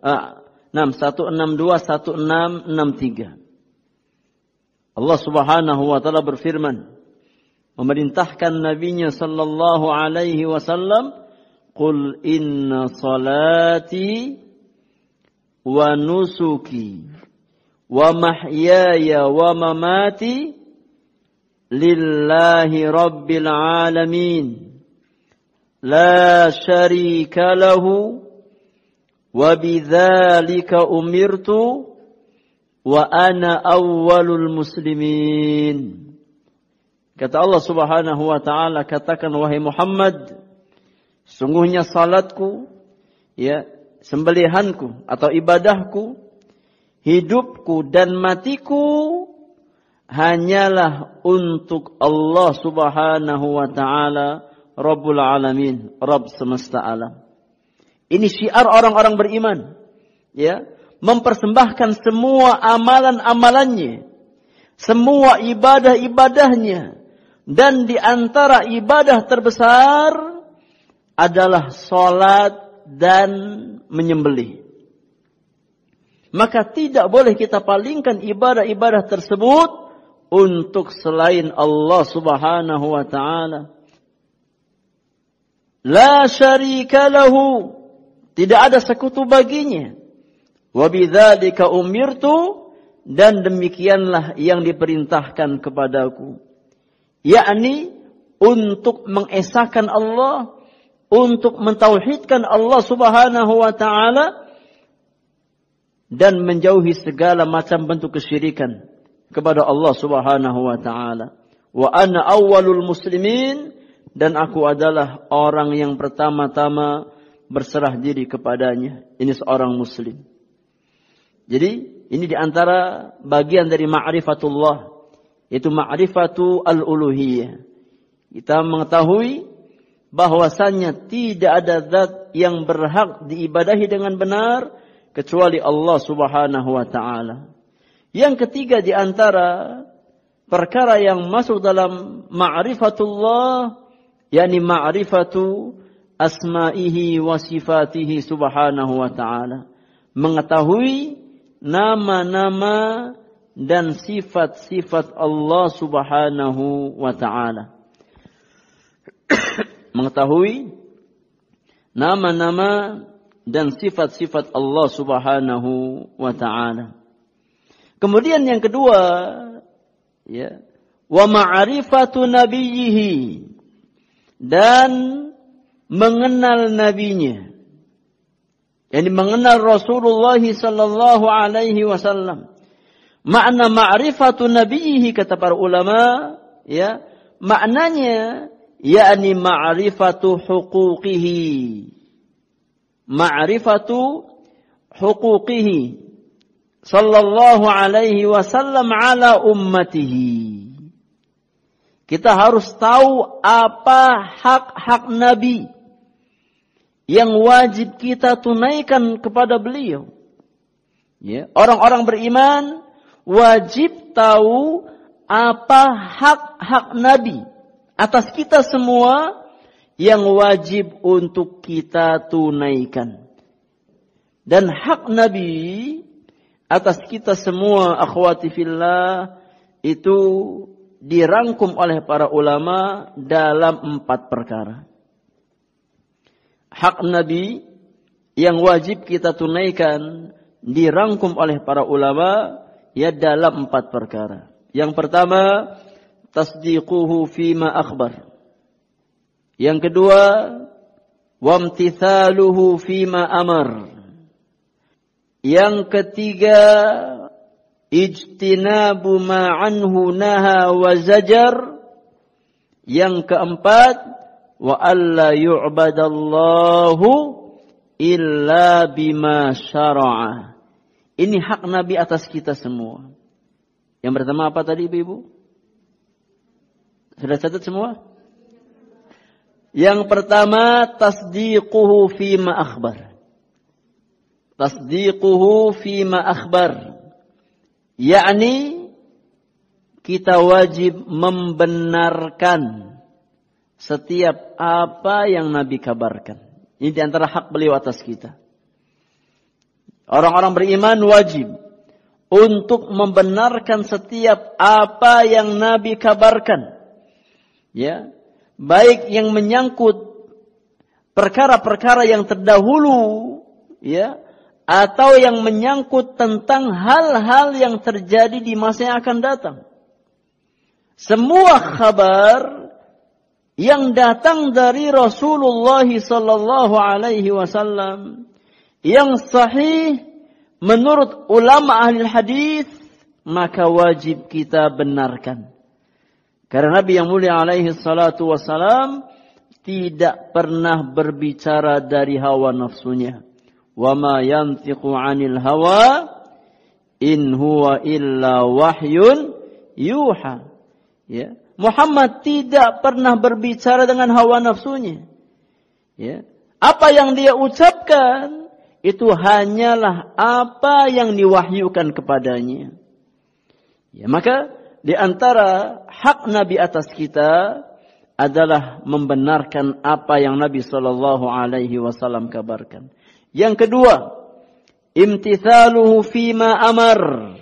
1663. Allah Subhanahu wa taala berfirman, memerintahkan nabinya sallallahu alaihi wasallam, "Qul inna salati wa nusuki wa mahyaya wa mamati lillahi rabbil alamin. La syarika lahu wa bidzalika umirtu wa ana awwalul muslimin." Kata Allah Subhanahu wa taala, katakan wahai Muhammad, sungguhnya salatku, ya, sembelihanku atau ibadahku, hidupku dan matiku hanyalah untuk Allah Subhanahu wa taala, Rabbul alamin, Rabb semesta alam. Ini syiar orang-orang beriman, ya, mempersembahkan semua amalan-amalannya, semua ibadah-ibadahnya, dan di antara ibadah terbesar adalah salat dan menyembelih. Maka tidak boleh kita palingkan ibadah-ibadah tersebut untuk selain Allah Subhanahu wa taala. La syarika lahu, tidak ada sekutu baginya. Wa bidzalika umirtu, dan demikianlah yang diperintahkan kepadaku. Yakni untuk mengesahkan Allah, untuk mentauhidkan Allah Subhanahu wa taala dan menjauhi segala macam bentuk kesyirikan kepada Allah Subhanahu wa taala. Wa ana awwalul muslimin, dan aku adalah orang yang pertama-tama berserah diri kepadanya. Ini seorang muslim. Jadi ini diantara bagian dari ma'rifatullah, yaitu ma'rifatu al-uluhiyah. Kita mengetahui bahwasannya tidak ada zat yang berhak diibadahi dengan benar kecuali Allah Subhanahu wa taala. Yang ketiga di antara perkara yang masuk dalam ma'rifatullah, yakni ma'rifatu asma'ihi wa sifatihi subhanahu wa ta'ala. Mengetahui nama-nama dan sifat-sifat Allah subhanahu wa ta'ala. Mengetahui nama-nama dan sifat-sifat Allah subhanahu wa ta'ala. Kemudian yang kedua, ya, wa ma'rifatu nabiyhi, dan mengenal nabinya. Yani mengenal Rasulullah sallallahu alaihi wasallam. Makna ma'rifatu nabiyhi kata para ulama, ya, maknanya yakni ma'rifatu huquqihi. Ma'rifatu huquqihi sallallahu alaihi wasallam ala ummatihi. Kita harus tahu apa hak-hak Nabi yang wajib kita tunaikan kepada beliau. Ya, orang-orang beriman wajib tahu apa hak-hak Nabi atas kita semua yang wajib untuk kita tunaikan. Dan hak Nabi atas kita semua, akhwati fillah, itu dirangkum oleh para ulama dalam 4 perkara. Hak Nabi yang wajib kita tunaikan dirangkum oleh para ulama ya dalam 4 perkara. Yang pertama, tasdiquhu fima akhbar. Yang kedua, wamtithaluhu fima amar. Yang ketiga, ijtinabu ma anhu naha wa zajar. Yang keempat, wa alla yu'badallahu illa bima syara'a. Ini hak Nabi atas kita semua. Yang pertama apa tadi Ibu? Sudah catat semua? Yang pertama, tasdiquhu fima akhbar. Tasdiquhu fima akhbar. Yakni kita wajib membenarkan setiap apa yang Nabi kabarkan. Ini di antara hak beliau atas kita. Orang-orang beriman wajib untuk membenarkan setiap apa yang Nabi kabarkan. Ya, baik yang menyangkut perkara-perkara yang terdahulu, ya, atau yang menyangkut tentang hal-hal yang terjadi di masa yang akan datang. Semua kabar yang datang dari Rasulullah sallallahu alaihi wasallam yang sahih menurut ulama ahli hadis, maka wajib kita benarkan. Karena Nabi yang mulia alaihi salatu wasalam tidak pernah berbicara dari hawa nafsunya. Wa ma yantiqu 'anil hawa in huwa illa wahyun yuha. Ya, Muhammad tidak pernah berbicara dengan hawa nafsunya. Ya, apa yang dia ucapkan itu hanyalah apa yang diwahyukan kepadanya. Ya, maka di antara hak Nabi atas kita adalah membenarkan apa yang Nabi sallallahu alaihi wasallam kabarkan. Yang kedua, imtithaluhu fima amar.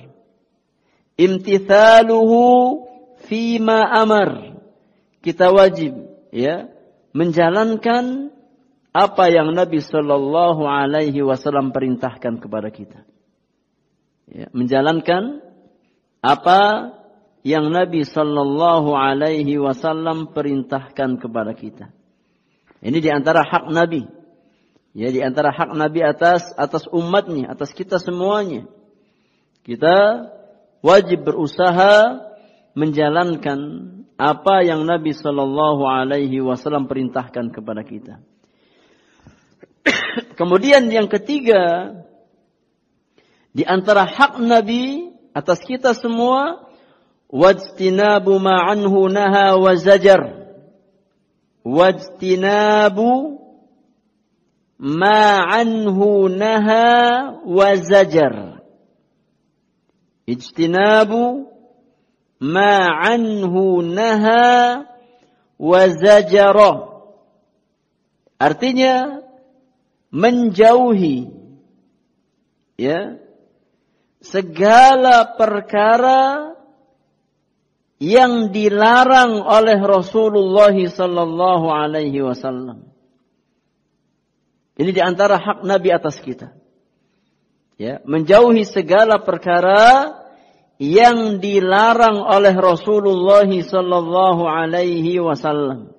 Imtithaluhu fima amar. Kita wajib ya menjalankan apa yang Nabi sallallahu alaihi wasallam perintahkan kepada kita. Ya, menjalankan apa yang Nabi sallallahu alaihi wasallam perintahkan kepada kita. Ini di antara hak Nabi. Ya, di antara hak Nabi atas umatnya, atas kita semuanya. Kita wajib berusaha menjalankan apa yang Nabi sallallahu alaihi wasallam perintahkan kepada kita. Kemudian yang ketiga, di antara hak Nabi atas kita semua, wajtinabu ma anhu naha wa zajar. Wajtinabu ma anhu naha wa zajar. Ijtinabu ma anhu naha wa zajara. Artinya menjauhi ya segala perkara yang dilarang oleh Rasulullah sallallahu alaihi wasallam. Ini di antara hak Nabi atas kita. Ya, menjauhi segala perkara yang dilarang oleh Rasulullah sallallahu alaihi wasallam.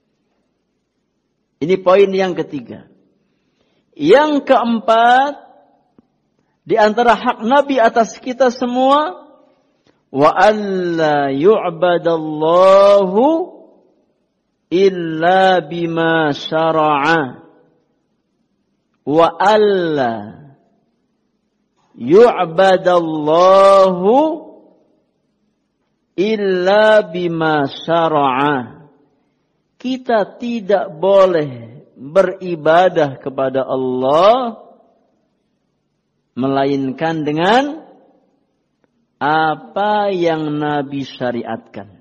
Ini poin yang ketiga. Yang keempat, di antara hak Nabi atas kita semua, wa alla yu'badallahu illa bima syara'a. Wa alla yu'badallahu illa bima syara'a. Kita tidak boleh beribadah kepada Allah melainkan dengan apa yang Nabi syariatkan.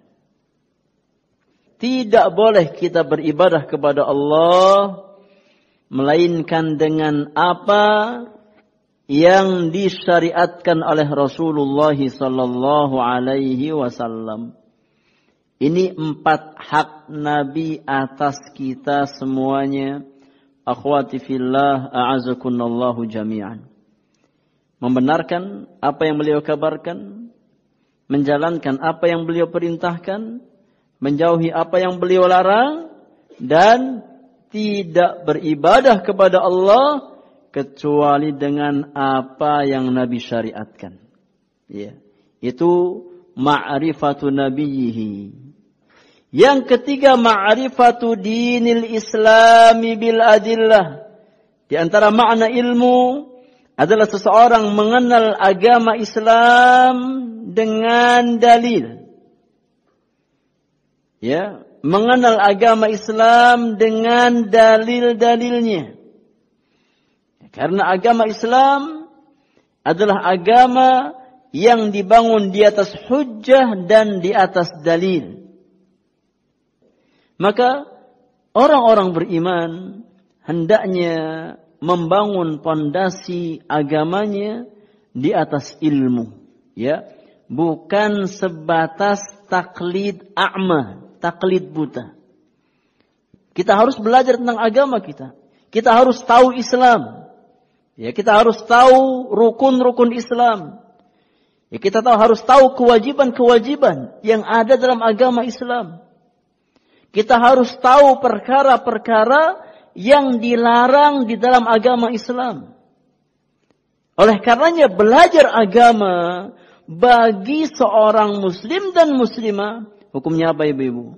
Tidak boleh kita beribadah kepada Allah melainkan dengan apa yang disyariatkan oleh Rasulullah sallallahu alaihi wasallam. Ini 4 hak Nabi atas kita semuanya. Akhwati fillah, a'azakunallahu jami'an. Membenarkan apa yang beliau kabarkan, menjalankan apa yang beliau perintahkan, menjauhi apa yang beliau larang, dan tidak beribadah kepada Allah kecuali dengan apa yang Nabi syariatkan. Ya, itu ma'rifatu nabiyhi. Yang ketiga, ma'rifatu dinil islami bil adillah. Di antara makna ilmu adalah seseorang mengenal agama Islam dengan dalil. Ya, mengenal agama Islam dengan dalil-dalilnya. Karena agama Islam adalah agama yang dibangun di atas hujjah dan di atas dalil. Maka orang-orang beriman hendaknya membangun pondasi agamanya di atas ilmu, ya, bukan sebatas taklid a'ma, taklid buta. Kita harus belajar tentang agama kita. Kita harus tahu Islam. Ya, kita harus tahu rukun-rukun Islam. Ya, kita harus tahu kewajiban-kewajiban yang ada dalam agama Islam. Kita harus tahu perkara-perkara yang dilarang di dalam agama Islam. Oleh karenanya belajar agama bagi seorang muslim dan muslimah, hukumnya apa ibu-ibu?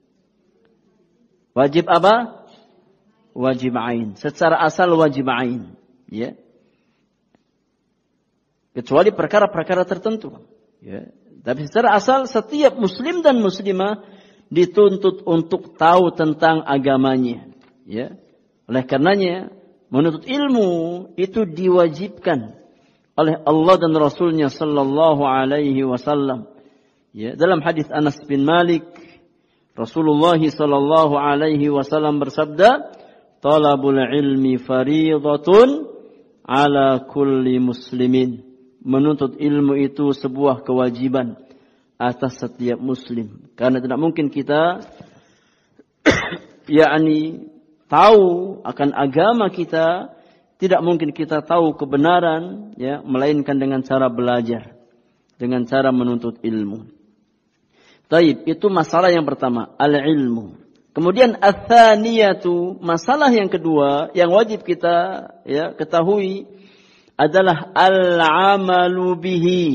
Wajib apa? Wajib ain. Secara asal wajib ain. Ya. Kecuali perkara-perkara tertentu. Ya. Tapi secara asal setiap muslim dan muslimah dituntut untuk tahu tentang agamanya. Ya. Oleh karenanya menuntut ilmu itu diwajibkan oleh Allah dan Rasulnya sallallahu alaihi wasallam. Ya, dalam hadis Anas bin Malik, Rasulullah sallallahu alaihi wasallam bersabda, "Talabul ilmi fariidatun ala kulli muslimin." Menuntut ilmu itu sebuah kewajiban atas setiap muslim. Karena tidak mungkin kita yakni tahu akan agama kita, tidak mungkin kita tahu kebenaran, ya, melainkan dengan cara belajar, dengan cara menuntut ilmu. Taib, itu masalah yang pertama, al-ilmu. Kemudian ats-tsaniyatu, masalah yang kedua yang wajib kita ya ketahui adalah al-amalu bihi.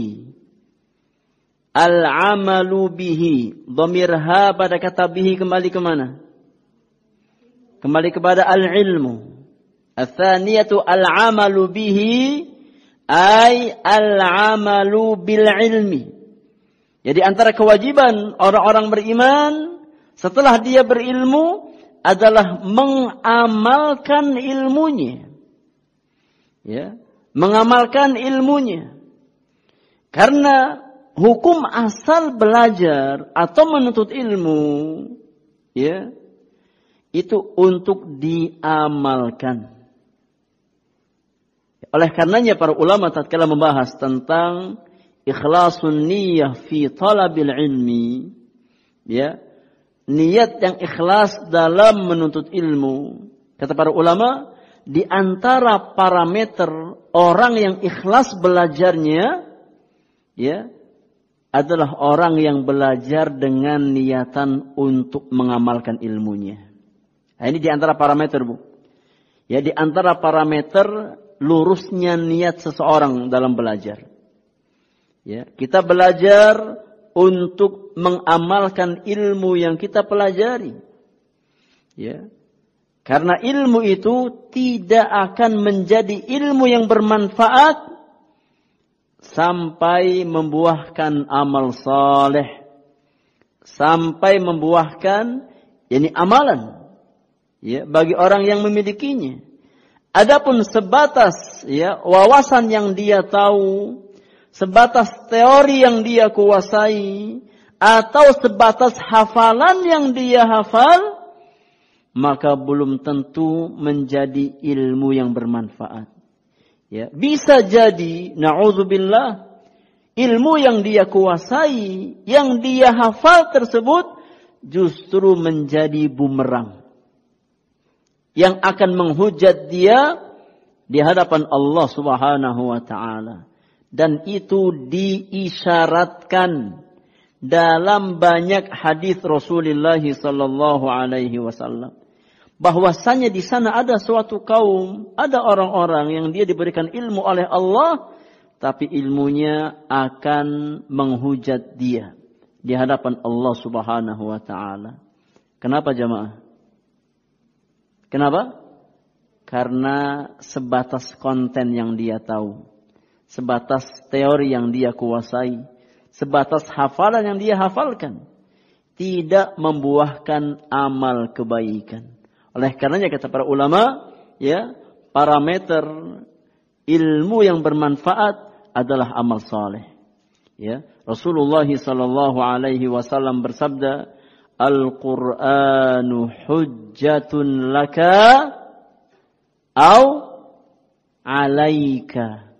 Al-amalu bihi. Dhamir ha pada kata bihi kembali ke mana? Kembali kepada al-ilmu. Ats-tsaniyatu al-amalu bihi ay al-amalu bil ilmi. Jadi antara kewajiban orang-orang beriman setelah dia berilmu adalah mengamalkan ilmunya. Ya, mengamalkan ilmunya. Karena hukum asal belajar atau menuntut ilmu, ya, itu untuk diamalkan. Oleh karenanya para ulama tatkala membahas tentang ikhlasun niyyah fi talabil ilmi, ya, niat yang ikhlas dalam menuntut ilmu, kata para ulama, di antara parameter orang yang ikhlas belajarnya, ya, adalah orang yang belajar dengan niatan untuk mengamalkan ilmunya. Nah, ini di antara parameter, Bu. Ya, di antara parameter lurusnya niat seseorang dalam belajar. Ya, kita belajar untuk mengamalkan ilmu yang kita pelajari. Ya. Karena ilmu itu tidak akan menjadi ilmu yang bermanfaat sampai membuahkan amal saleh, sampai membuahkan amalan, ya, bagi orang yang memilikinya. Adapun sebatas, ya, wawasan yang dia tahu, sebatas teori yang dia kuasai, atau sebatas hafalan yang dia hafal, maka belum tentu menjadi ilmu yang bermanfaat. Ya, bisa jadi, na'udzubillah, ilmu yang dia kuasai, yang dia hafal tersebut justru menjadi bumerang yang akan menghujat dia di hadapan Allah Subhanahu wa taala. Dan itu diisyaratkan dalam banyak hadis Rasulullah sallallahu alaihi wasallam. Bahwasanya di sana ada suatu kaum, ada orang-orang yang dia diberikan ilmu oleh Allah, tapi ilmunya akan menghujat dia di hadapan Allah Subhanahu wa taala. Kenapa jamaah? Kenapa? Karena sebatas konten yang dia tahu, sebatas teori yang dia kuasai, sebatas hafalan yang dia hafalkan, tidak membuahkan amal kebaikan. Oleh karenanya kata para ulama, ya, parameter ilmu yang bermanfaat adalah amal saleh. Ya, Rasulullah sallallahu alaihi wasallam bersabda, "Al-Qur'anu hujjatun laka au 'alaika."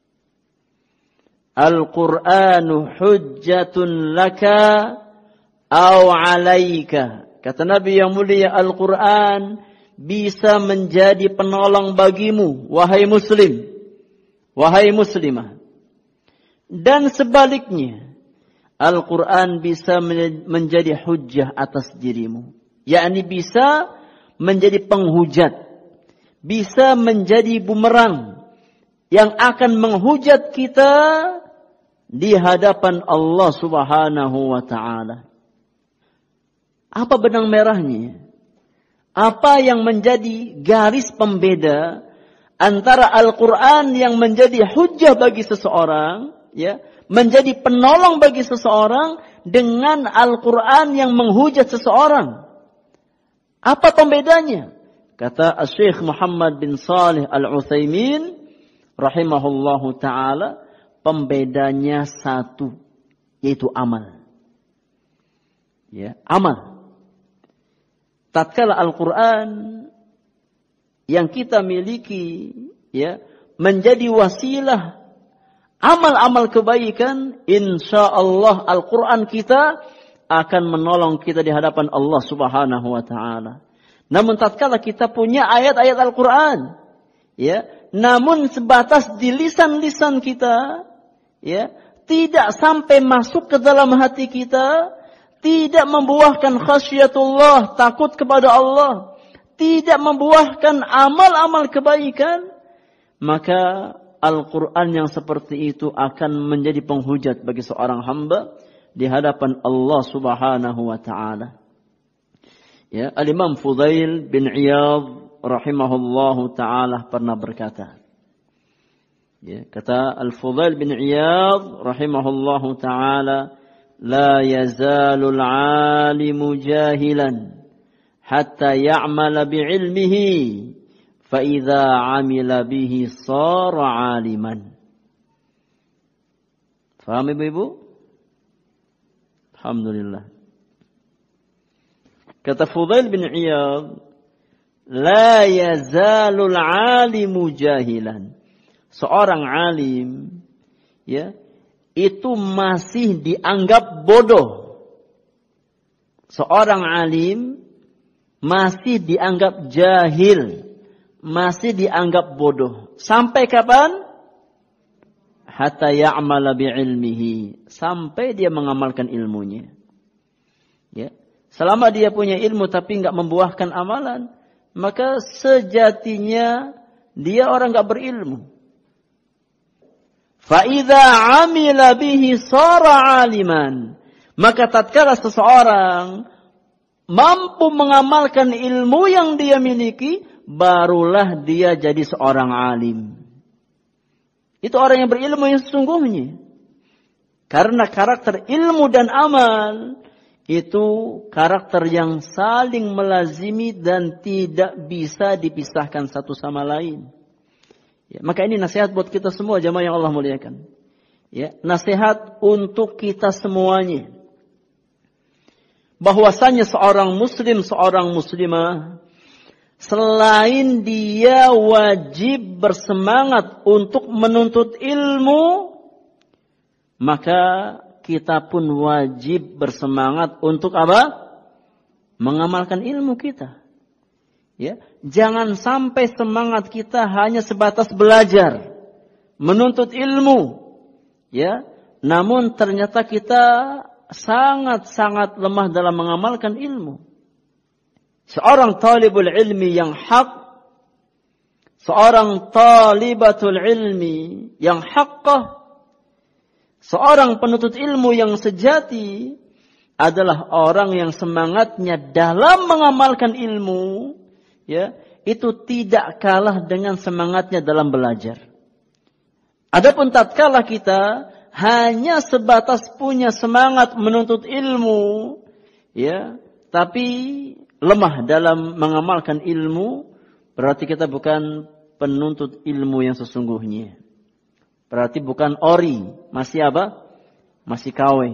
Al-Qur'anu hujjatun laka au 'alaika. Kata Nabi yang mulia, Al-Quran bisa menjadi penolong bagimu, wahai muslim, wahai muslimah. Dan sebaliknya, Al-Quran bisa menjadi hujjah atas dirimu. Yakni bisa menjadi penghujat, bisa menjadi bumerang yang akan menghujat kita di hadapan Allah Subhanahu wa ta'ala. Apa benang merahnya? Apa yang menjadi garis pembeda antara Al-Quran yang menjadi hujjah bagi seseorang, ya, menjadi penolong bagi seseorang, dengan Al-Quran yang menghujat seseorang? Apa pembedanya? Kata Syekh Muhammad bin Salih Al-Utsaimin rahimahullahu ta'ala, pembedanya satu, yaitu amal. Ya, amal. Tatkala Al-Quran yang kita miliki, ya, menjadi wasilah amal-amal kebaikan, insya Allah Al-Quran kita akan menolong kita di hadapan Allah Subhanahu wa ta'ala. Namun tatkala kita punya ayat-ayat Al-Quran, ya, namun sebatas di lisan-lisan kita, ya, tidak sampai masuk ke dalam hati kita, tidak membuahkan khasyatullah, takut kepada Allah, tidak membuahkan amal-amal kebaikan, maka Al-Quran yang seperti itu akan menjadi penghujat bagi seorang hamba di hadapan Allah Subhanahu wa ta'ala. Ya, Al-Imam Fudail bin Iyad rahimahullahu ta'ala pernah berkata, ya, kata Al-Fudail bin Iyad rahimahullahu ta'ala, لا يزال العالم جاهلا حتى يعمل بعلمه فإذا عمل به صار عالما. Faham ibu-ibu? Alhamdulillah. Kata Fudail bin Iyad, La yazalul alimu jahilan. Seorang alim, ya, itu masih dianggap bodoh. Seorang alim masih dianggap jahil, masih dianggap bodoh. Sampai kapan? Hatta ya'mala bi'ilmihi. Sampai dia mengamalkan ilmunya. Ya. Selama dia punya ilmu tapi enggak membuahkan amalan, maka sejatinya dia orang enggak berilmu. Fa'idha amila bihi sara aliman. Maka tatkala seseorang mampu mengamalkan ilmu yang dia miliki, barulah dia jadi seorang alim. Itu orang yang berilmu yang sesungguhnya. Karena karakter ilmu dan amal itu karakter yang saling melazimi dan tidak bisa dipisahkan satu sama lain. Ya, maka ini nasihat buat kita semua jamaah yang Allah muliakan. Ya, nasihat untuk kita semuanya. Bahwasanya seorang muslim, seorang muslimah, selain dia wajib bersemangat untuk menuntut ilmu, maka kita pun wajib bersemangat untuk apa? Mengamalkan ilmu kita. Ya, jangan sampai semangat kita hanya sebatas belajar, menuntut ilmu, ya. Namun ternyata kita sangat-sangat lemah dalam mengamalkan ilmu. Seorang talibul ilmi yang hak, seorang talibatul ilmi yang haqqah, seorang penuntut ilmu yang sejati adalah orang yang semangatnya dalam mengamalkan ilmu, ya, itu tidak kalah dengan semangatnya dalam belajar. Adapun tatkala kita hanya sebatas punya semangat menuntut ilmu, ya, tapi lemah dalam mengamalkan ilmu, berarti kita bukan penuntut ilmu yang sesungguhnya. Berarti bukan ori, masih apa? Masih KW.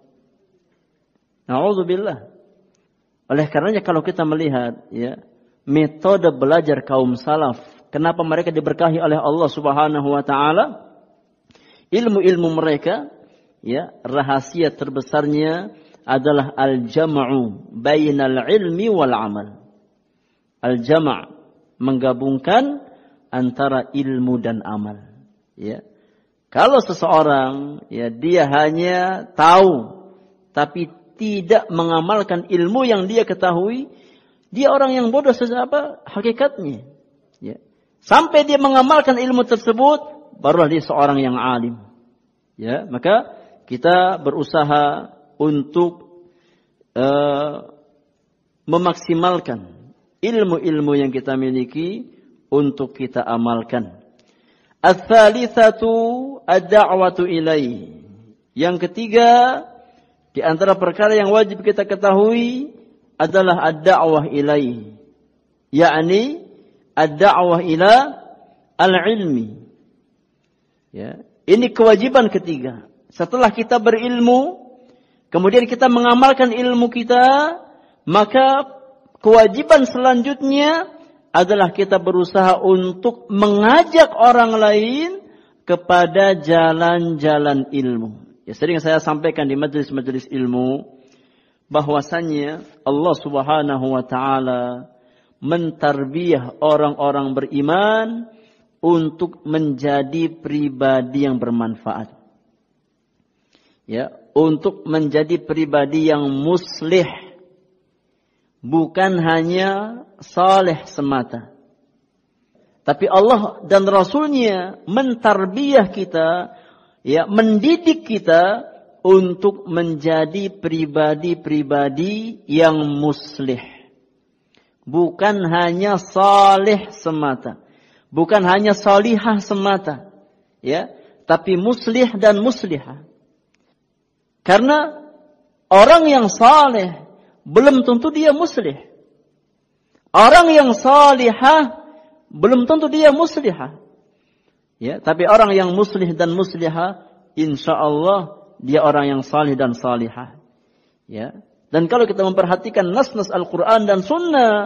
Na'udzubillah. Oleh karenanya kalau kita melihat, ya, metode belajar kaum salaf, kenapa mereka diberkahi oleh Allah Subhanahu wa taala? Ilmu-ilmu mereka, ya, rahasia terbesarnya adalah al-jam'u bainal ilmi wal amal. Al-jam' menggabungkan antara ilmu dan amal, ya. Kalau seseorang, ya, dia hanya tahu tapi tidak mengamalkan ilmu yang dia ketahui, dia orang yang bodoh hakikatnya. Ya. Sampai dia mengamalkan ilmu tersebut, barulah dia seorang yang alim. Ya, maka kita berusaha untuk memaksimalkan ilmu-ilmu yang kita miliki untuk kita amalkan. Ats-tsalitsatu ad-da'watu ilaihi. Yang ketiga, di antara perkara yang wajib kita ketahui adalah ad-da'wah ilaihi, yakni ad-da'wah ila al-ilmi. Ya, ini kewajiban ketiga. Setelah kita berilmu, kemudian kita mengamalkan ilmu kita, maka kewajiban selanjutnya adalah kita berusaha untuk mengajak orang lain kepada jalan-jalan ilmu. Ya, sering saya sampaikan di majelis-majelis ilmu bahwasannya Allah Subhanahu wa taala mentarbiyah orang-orang beriman untuk menjadi pribadi yang bermanfaat. Ya, untuk menjadi pribadi yang muslih, bukan hanya saleh semata. Tapi Allah dan Rasulnya mentarbiyah kita, ya, mendidik kita untuk menjadi pribadi-pribadi yang muslih. Bukan hanya saleh semata. Bukan hanya salihah semata. Ya, tapi muslih dan muslihah. Karena orang yang saleh belum tentu dia muslih. Orang yang salihah belum tentu dia muslihah. Ya, tapi orang yang muslih dan muslihah, insyaallah dia orang yang salih dan salihah. Ya. Dan kalau kita memperhatikan nas-nas Al-Quran dan Sunnah,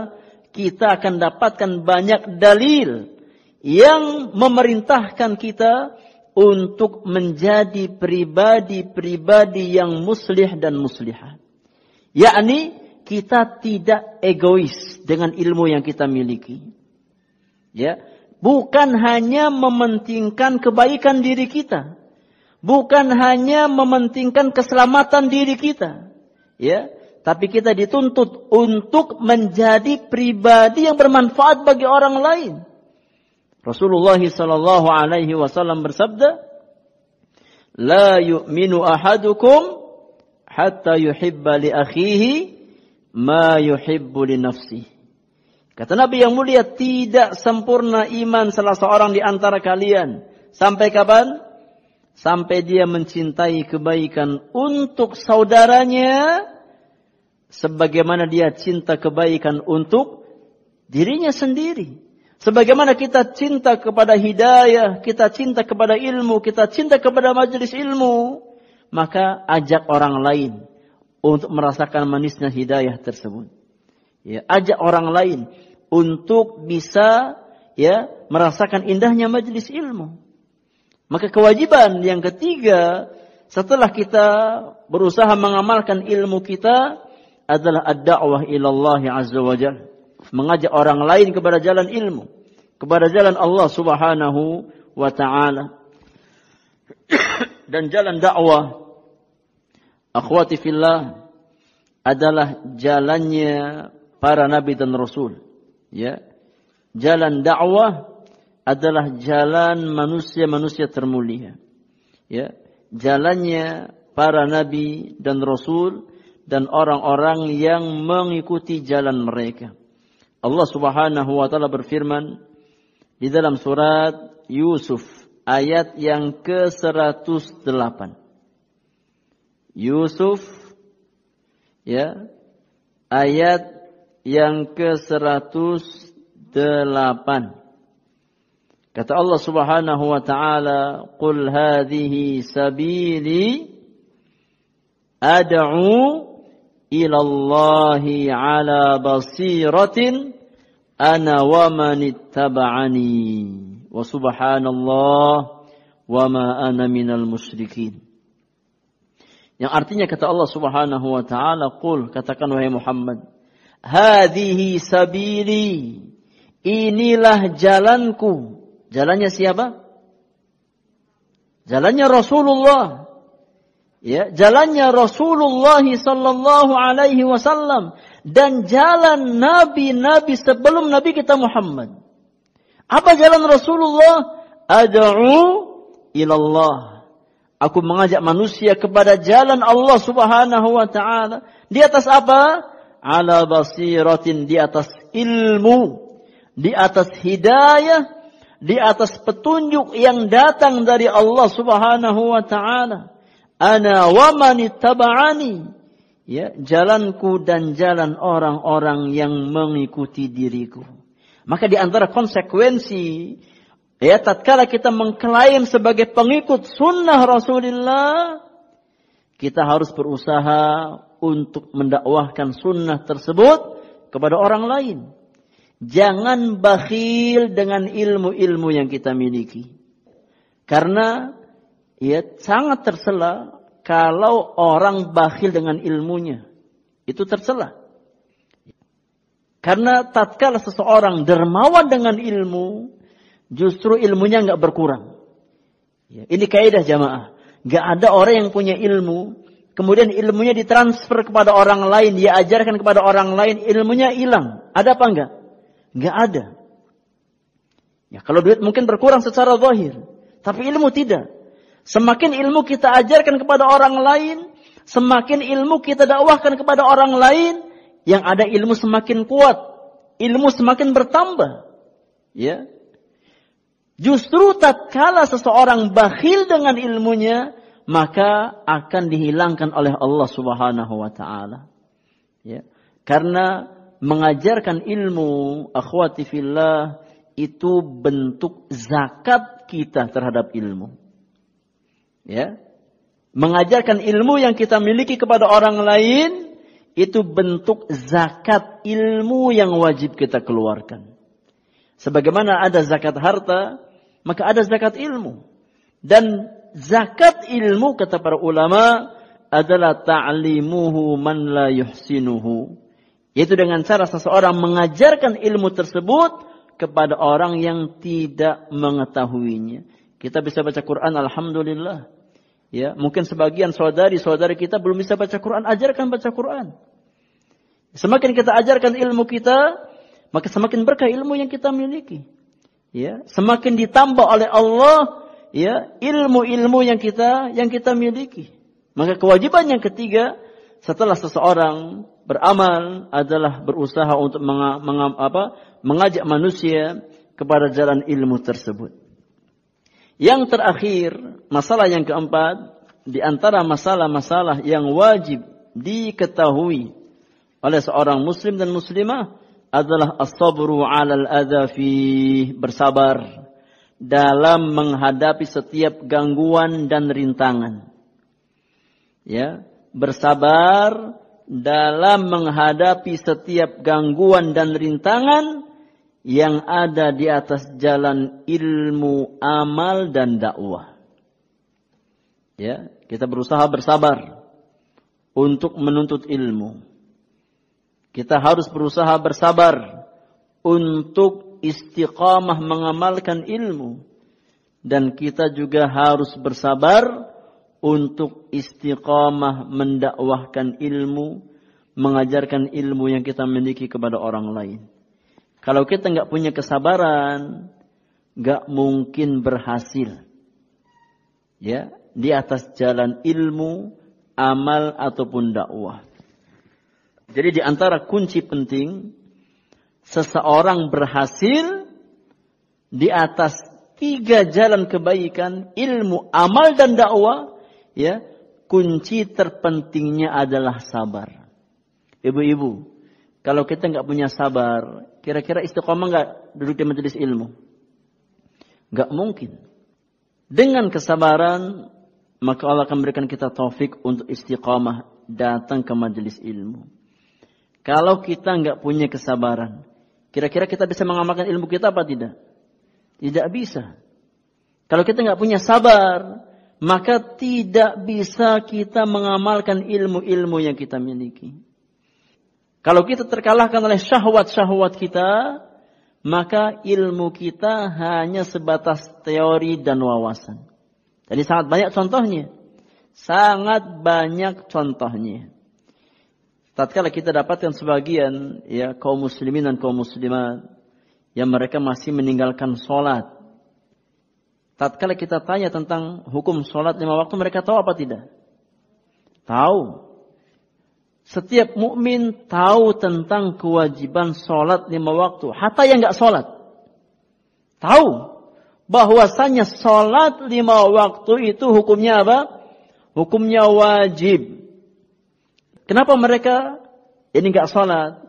kita akan dapatkan banyak dalil yang memerintahkan kita untuk menjadi pribadi-pribadi yang muslih dan muslihah. Yakni kita tidak egois dengan ilmu yang kita miliki. Ya, bukan hanya mementingkan kebaikan diri kita, bukan hanya mementingkan keselamatan diri kita, ya, tapi kita dituntut untuk menjadi pribadi yang bermanfaat bagi orang lain. Rasulullah sallallahu alaihi wasallam bersabda, "La yu'minu ahadukum hatta yuhibba li akhihi ma yuhibbu li nafsihi." Kata Nabi yang mulia, tidak sempurna iman salah seorang di antara kalian. Sampai kapan? Sampai dia mencintai kebaikan untuk saudaranya sebagaimana dia cinta kebaikan untuk dirinya sendiri. Sebagaimana kita cinta kepada hidayah, kita cinta kepada ilmu, kita cinta kepada majelis ilmu, maka ajak orang lain untuk merasakan manisnya hidayah tersebut. Ya, ajak orang lain untuk bisa merasakan indahnya majelis ilmu. Maka kewajiban yang ketiga setelah kita berusaha mengamalkan ilmu kita adalah ad-da'wah ilallah azza wa jalla. Mengajak orang lain kepada jalan ilmu, kepada jalan Allah subhanahu wa ta'ala. Dan jalan dakwah, akhwati fillah, adalah jalannya para nabi dan rasul. Ya, jalan dakwah adalah jalan manusia-manusia termulia. Ya, jalannya para nabi dan rasul dan orang-orang yang mengikuti jalan mereka. Allah Subhanahu wa taala berfirman di dalam surat Yusuf ayat yang ke-108. Yusuf ya, ayat yang ke-108. Kata Allah Subhanahu wa taala, "Qul hadhihi sabili ad'u ila Allahi ala basiratin ana wa man ittaba'ani wa subhanallah wa ma ana minal musyrikin." Yang artinya kata Allah Subhanahu wa taala, "Qul," katakan wahai Muhammad, "hadhihi sabili," inilah jalanku. Jalannya siapa? Jalannya Rasulullah. Ya, jalannya Rasulullah sallallahu alaihi wasallam dan jalan nabi-nabi sebelum nabi kita Muhammad. Apa jalan Rasulullah? Ad'u ilallah. Aku mengajak manusia kepada jalan Allah Subhanahu wa taala. Di atas apa? Ala basiratin, di atas ilmu, di atas hidayah, di atas petunjuk yang datang dari Allah Subhanahu wa taala. Ana wa man ittaba'ani, ya, jalanku dan jalan orang-orang yang mengikuti diriku. Maka di antara konsekuensi ya tatkala kita mengklaim sebagai pengikut sunnah Rasulullah, kita harus berusaha untuk mendakwahkan sunnah tersebut kepada orang lain. Jangan bakhil dengan ilmu-ilmu yang kita miliki. Karena ya sangat tercela kalau orang bakhil dengan ilmunya. Itu tercela. Karena tatkala seseorang dermawan dengan ilmu, justru ilmunya enggak berkurang. Ya, ini kaidah jamaah. Enggak ada orang yang punya ilmu, kemudian ilmunya ditransfer kepada orang lain, dia ajarkan kepada orang lain, ilmunya hilang. Ada apa enggak? Enggak ada. Ya, kalau duit mungkin berkurang secara zahir, tapi ilmu tidak. Semakin ilmu kita ajarkan kepada orang lain, semakin ilmu kita dakwahkan kepada orang lain, yang ada ilmu semakin kuat, ilmu semakin bertambah. Ya. Justru tatkala seseorang bakhil dengan ilmunya, maka akan dihilangkan oleh Allah Subhanahu wa taala. Ya. Karena mengajarkan ilmu, akhwati fillah, itu bentuk zakat kita terhadap ilmu. Ya. Mengajarkan ilmu yang kita miliki kepada orang lain, itu bentuk zakat ilmu yang wajib kita keluarkan. Sebagaimana ada zakat harta, maka ada zakat ilmu. Dan zakat ilmu, kata para ulama, adalah ta'limuhu man la yuhsinuhu. Yaitu dengan cara seseorang mengajarkan ilmu tersebut kepada orang yang tidak mengetahuinya. Kita bisa baca Quran, alhamdulillah. Ya, mungkin sebagian saudari-saudari kita belum bisa baca Quran, ajarkan baca Quran. Semakin kita ajarkan ilmu kita, maka semakin berkah ilmu yang kita miliki. Ya, semakin ditambah oleh Allah, ya, ilmu-ilmu yang kita miliki. Maka kewajiban yang ketiga setelah seseorang beramal adalah berusaha untuk mengajak manusia kepada jalan ilmu tersebut. Yang terakhir, masalah yang keempat, di antara masalah-masalah yang wajib diketahui oleh seorang muslim dan muslimah adalah as-sabru 'alal adza fi, bersabar dalam menghadapi setiap gangguan dan rintangan. Ya, bersabar dalam menghadapi setiap gangguan dan rintangan yang ada di atas jalan ilmu, amal, dan dakwah. Ya, kita berusaha bersabar untuk menuntut ilmu. Kita harus berusaha bersabar untuk istiqamah mengamalkan ilmu. Dan kita juga harus bersabar untuk istiqamah mendakwahkan ilmu, mengajarkan ilmu yang kita miliki kepada orang lain. Kalau kita nggak punya kesabaran, nggak mungkin berhasil. Ya, di atas jalan ilmu, amal ataupun dakwah. Jadi di antara kunci penting seseorang berhasil di atas 3 jalan kebaikan, ilmu, amal dan dakwah, ya, kunci terpentingnya adalah sabar. Ibu-ibu, kalau kita nggak punya sabar, kira-kira istiqomah nggak duduk di majelis ilmu? Nggak mungkin. Dengan kesabaran, maka Allah akan berikan kita taufik untuk istiqomah datang ke majelis ilmu. Kalau kita nggak punya kesabaran, kira-kira kita bisa mengamalkan ilmu kita apa tidak? Tidak bisa. Kalau kita nggak punya sabar, maka tidak bisa kita mengamalkan ilmu-ilmu yang kita miliki. Kalau kita terkalahkan oleh syahwat-syahwat kita, maka ilmu kita hanya sebatas teori dan wawasan. Jadi sangat banyak contohnya. Sangat banyak contohnya. Tatkala kita dapatkan sebagian ya kaum muslimin dan kaum muslimat yang mereka masih meninggalkan sholat. Tatkala kita tanya tentang hukum sholat 5 waktu, mereka tahu apa tidak? Tahu. Setiap mukmin tahu tentang kewajiban sholat 5 waktu. Hatta yang nggak sholat. Tahu bahwasanya sholat 5 waktu itu hukumnya apa? Hukumnya wajib. Kenapa mereka ini nggak sholat?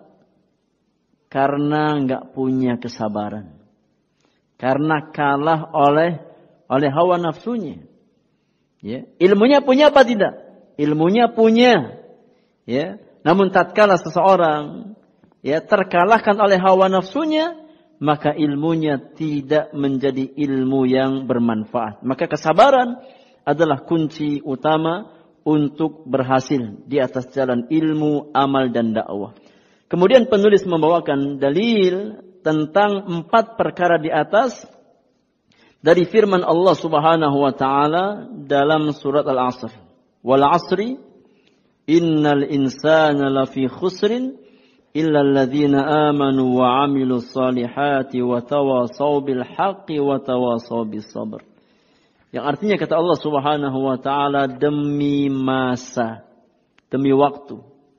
Karena nggak punya kesabaran. Karena kalah oleh hawa nafsunya. Ya. Ilmunya punya apa tidak? Ilmunya punya. Ya, namun tatkala seseorang ya terkalahkan oleh hawa nafsunya, maka ilmunya tidak menjadi ilmu yang bermanfaat. Maka kesabaran adalah kunci utama untuk berhasil di atas jalan ilmu, amal dan dakwah. Kemudian penulis membawakan dalil tentang 4 perkara di atas dari firman Allah Subhanahu wa taala dalam surat Al-Asr. Wal 'asri innal insana lafi khusrin illa alladhina amanu wa 'amilus salihati wa tawasaw bil haqqi wa tawasaw bis sabr. Yang artinya kata Allah Subhanahu wa taala, demi masa, demi waktu,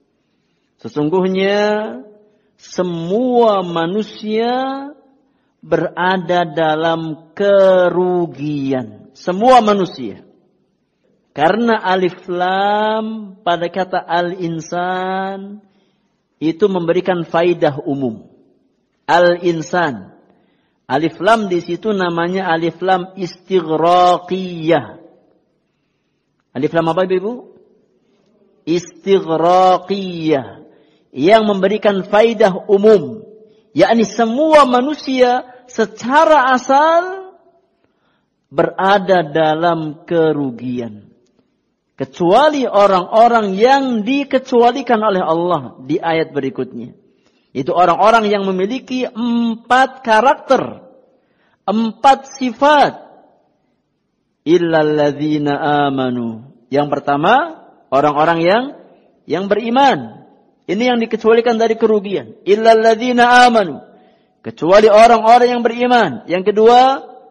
sesungguhnya semua manusia berada dalam kerugian. Semua manusia. Karena alif lam pada kata al-insan itu memberikan faidah umum. Al-insan. Alif lam di situ namanya alif lam istighraqiyah. Alif lam apa Ibu? istighraqiyah yang memberikan faidah umum, yakni semua manusia secara asal berada dalam kerugian kecuali orang-orang yang dikecualikan oleh Allah di ayat berikutnya. Itu orang-orang yang memiliki 4 karakter, 4 sifat. Illal ladzina amanu. Yang pertama, orang-orang yang beriman. Ini yang dikecualikan dari kerugian. Illal ladzina amanu. Kecuali orang-orang yang beriman. Yang kedua,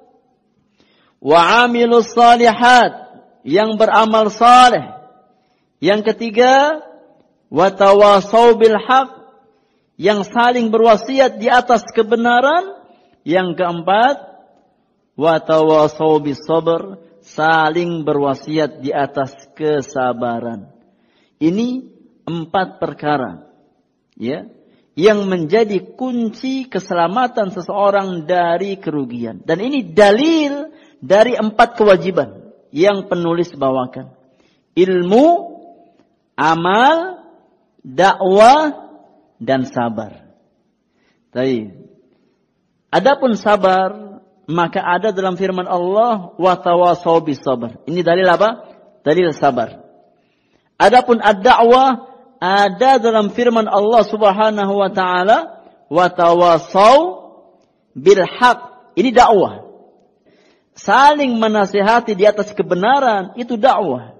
wa amilus salihat, yang beramal saleh. Yang ketiga, wa tawasau bil haq, yang saling berwasiat di atas kebenaran. Yang keempat, wa tawasau bis sabr, saling berwasiat di atas kesabaran. Ini 4 perkara, ya, yang menjadi kunci keselamatan seseorang dari kerugian. Dan ini dalil dari 4 kewajiban yang penulis bawakan. Ilmu, amal, dakwah, dan sabar. Baik. Adapun sabar, maka ada dalam firman Allah, wa tawasau bis sabr. Ini dalil apa? Dalil sabar. Adapun ad-da'wah, ada dalam firman Allah Subhanahu wa taala, wa tawasau bil haq. Ini dakwah. Saling menasihati di atas kebenaran, itu dakwah.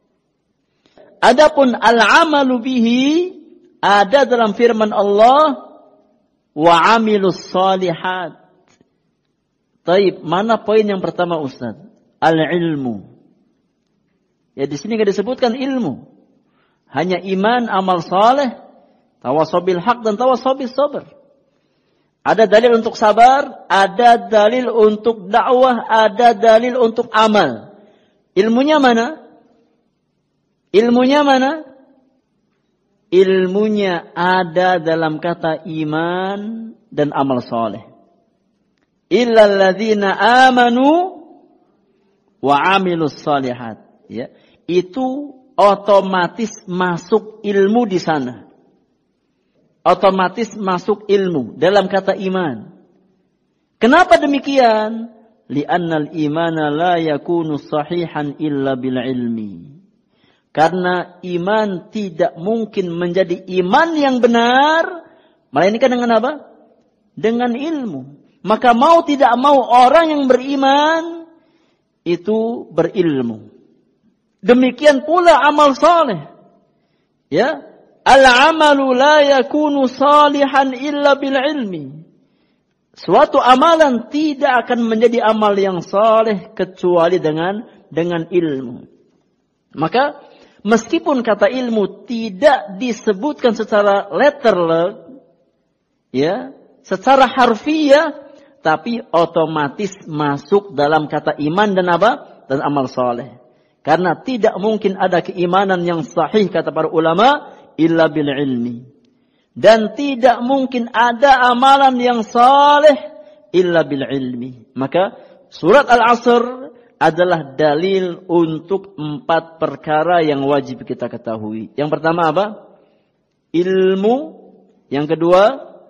Adapun al-amalu bihi, ada dalam firman Allah, wa amilus salihat. Taib, mana poin yang pertama Ustaz? Al-ilmu. Ya di sini enggak disebutkan ilmu. Hanya iman, amal saleh, tawasau bil haq dan tawasau bis sabr. Ada dalil untuk sabar, ada dalil untuk dakwah, ada dalil untuk amal. Ilmunya mana? Ilmunya mana? Ilmunya ada dalam kata iman dan amal saleh. Illal ladzina amanu wa amilus salihat. Ya, itu otomatis masuk ilmu di sana. Otomatis masuk ilmu dalam kata iman. Kenapa demikian? Li'annal imana la yakunu sahihan illa bil ilmi. Karena iman tidak mungkin menjadi iman yang benar melainkan dengan apa? Dengan ilmu. Maka mau tidak mau orang yang beriman itu berilmu. Demikian pula amal saleh. Ya, al-amalu la yakunu salihan illa bil ilmi. Suatu amalan tidak akan menjadi amal yang saleh kecuali dengan ilmu. Maka meskipun kata ilmu tidak disebutkan secara letterlek, ya, secara harfiah, tapi otomatis masuk dalam kata iman dan apa? Dan amal saleh. Karena tidak mungkin ada keimanan yang sahih kata para ulama illa bil ilmi. Dan tidak mungkin ada amalan yang saleh illa bil ilmi. Maka surat Al-Asr adalah dalil untuk 4 perkara yang wajib kita ketahui. Yang pertama apa? Ilmu. Yang kedua,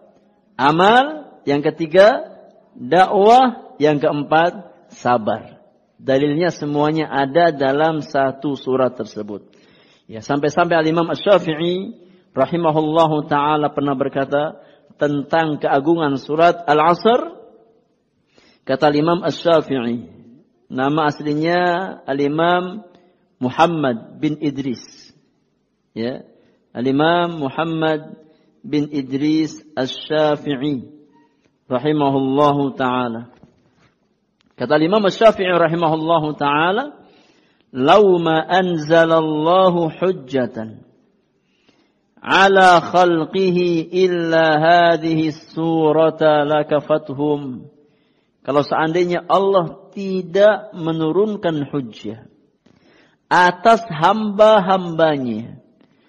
amal. Yang ketiga, dakwah. Yang keempat, sabar. Dalilnya semuanya ada dalam satu surat tersebut. Ya, sampai-sampai Al-Imam Asy-Syafi'i rahimahullahu taala pernah berkata tentang keagungan surat Al-Asr. Kata Imam Asy-Syafi'i, nama aslinya Al-Imam Muhammad bin Idris. Ya, Al-Imam Muhammad bin Idris Asy-Syafi'i rahimahullahu taala. Kata Imam Asy-Syafi'i rahimahullahu taala, "Law ma anzalallahu hujjatan ala khalqihi illa hadhihi surata lakafathum." Kalau seandainya Allah tidak menurunkan hujjah atas hamba-hambanya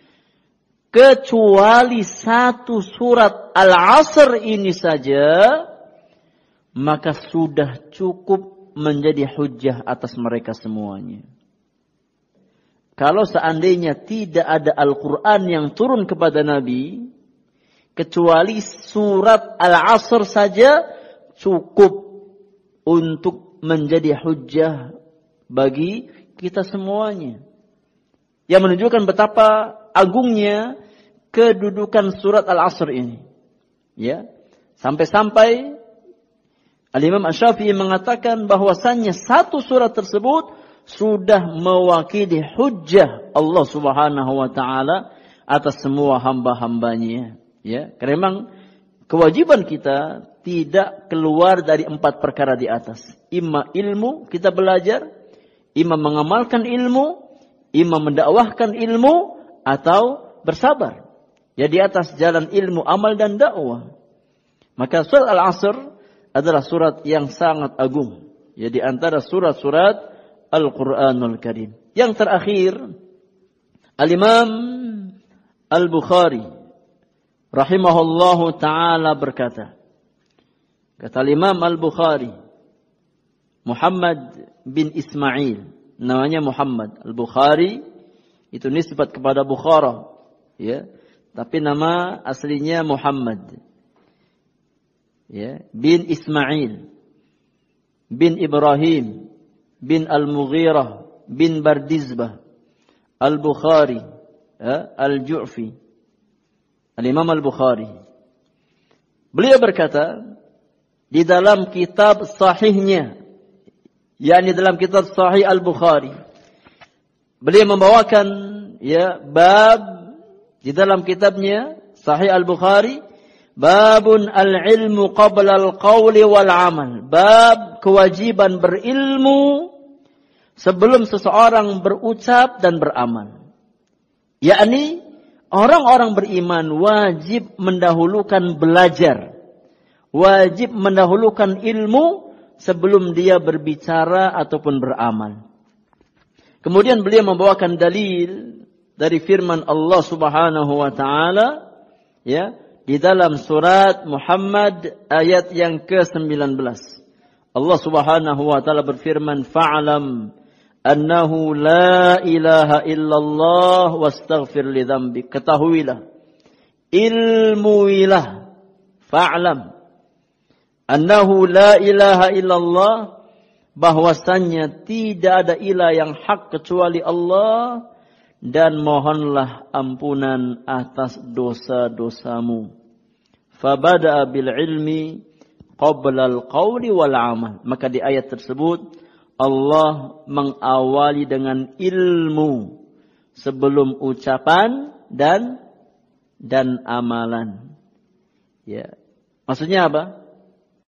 kecuali satu surat Al-Asr ini saja, maka sudah cukup menjadi hujjah atas mereka semuanya. kalau seandainya tidak ada Al-Quran yang turun kepada Nabi, kecuali surat Al-Asr saja cukup untuk menjadi hujjah bagi kita semuanya. Yang menunjukkan betapa agungnya kedudukan surat Al-Asr ini. Ya, sampai-sampai Al-Imam Asy-Syafi'i mengatakan bahwasannya satu surat tersebut sudah mewakili hujjah Allah Subhanahu wa taala atas semua hamba-hambanya. Ya, karena memang kewajiban kita tidak keluar dari 4 perkara di atas. Imma ilmu kita belajar, imma mengamalkan ilmu, imma mendakwahkan ilmu, atau bersabar. Ya, di atas jalan ilmu, amal dan dakwah. Maka surat Al-Asr adalah surat yang sangat agung. Ya, di antara surat-surat Al-Quranul Karim. Yang terakhir, Al-Imam Al-Bukhari rahimahullahu ta'ala berkata, kata Imam Al-Bukhari, Muhammad bin Ismail, namanya Muhammad. Al-Bukhari itu nisbat kepada Bukhara, ya, tapi nama aslinya Muhammad, ya, bin Ismail bin Ibrahim bin Al-Mughirah bin Bardizbah Al-Bukhari, Al-Ju'fi, Al-Imam Al-Bukhari. Beliau berkata di dalam kitab sahihnya, yakni dalam kitab Sahih Al-Bukhari, beliau membawakan, ya, bab di dalam kitabnya Sahih Al-Bukhari, babun al-ilmu qabla al-qawli wal-amal. Bab kewajiban berilmu sebelum seseorang berucap dan beramal. Yakni orang-orang beriman wajib mendahulukan belajar, wajib mendahulukan ilmu sebelum dia berbicara ataupun beramal. Kemudian beliau membawakan dalil dari firman Allah Subhanahu wa taala, ya, di dalam surat Muhammad ayat yang ke-19. Allah Subhanahu wa taala berfirman, "Fa'lam annahu la ilaha illallah wastaghfir li dzambik." Ketahuilah, ilmuilah, fa'lam annahu la ilaha illallah, bahwasannya tidak ada ilah yang hak kecuali Allah, dan mohonlah ampunan atas dosa-dosamu. Fabada'a bil ilmi qabla al-qawli wal amal. Maka di ayat tersebut Allah mengawali dengan ilmu sebelum ucapan dan amalan. Ya. Maksudnya apa?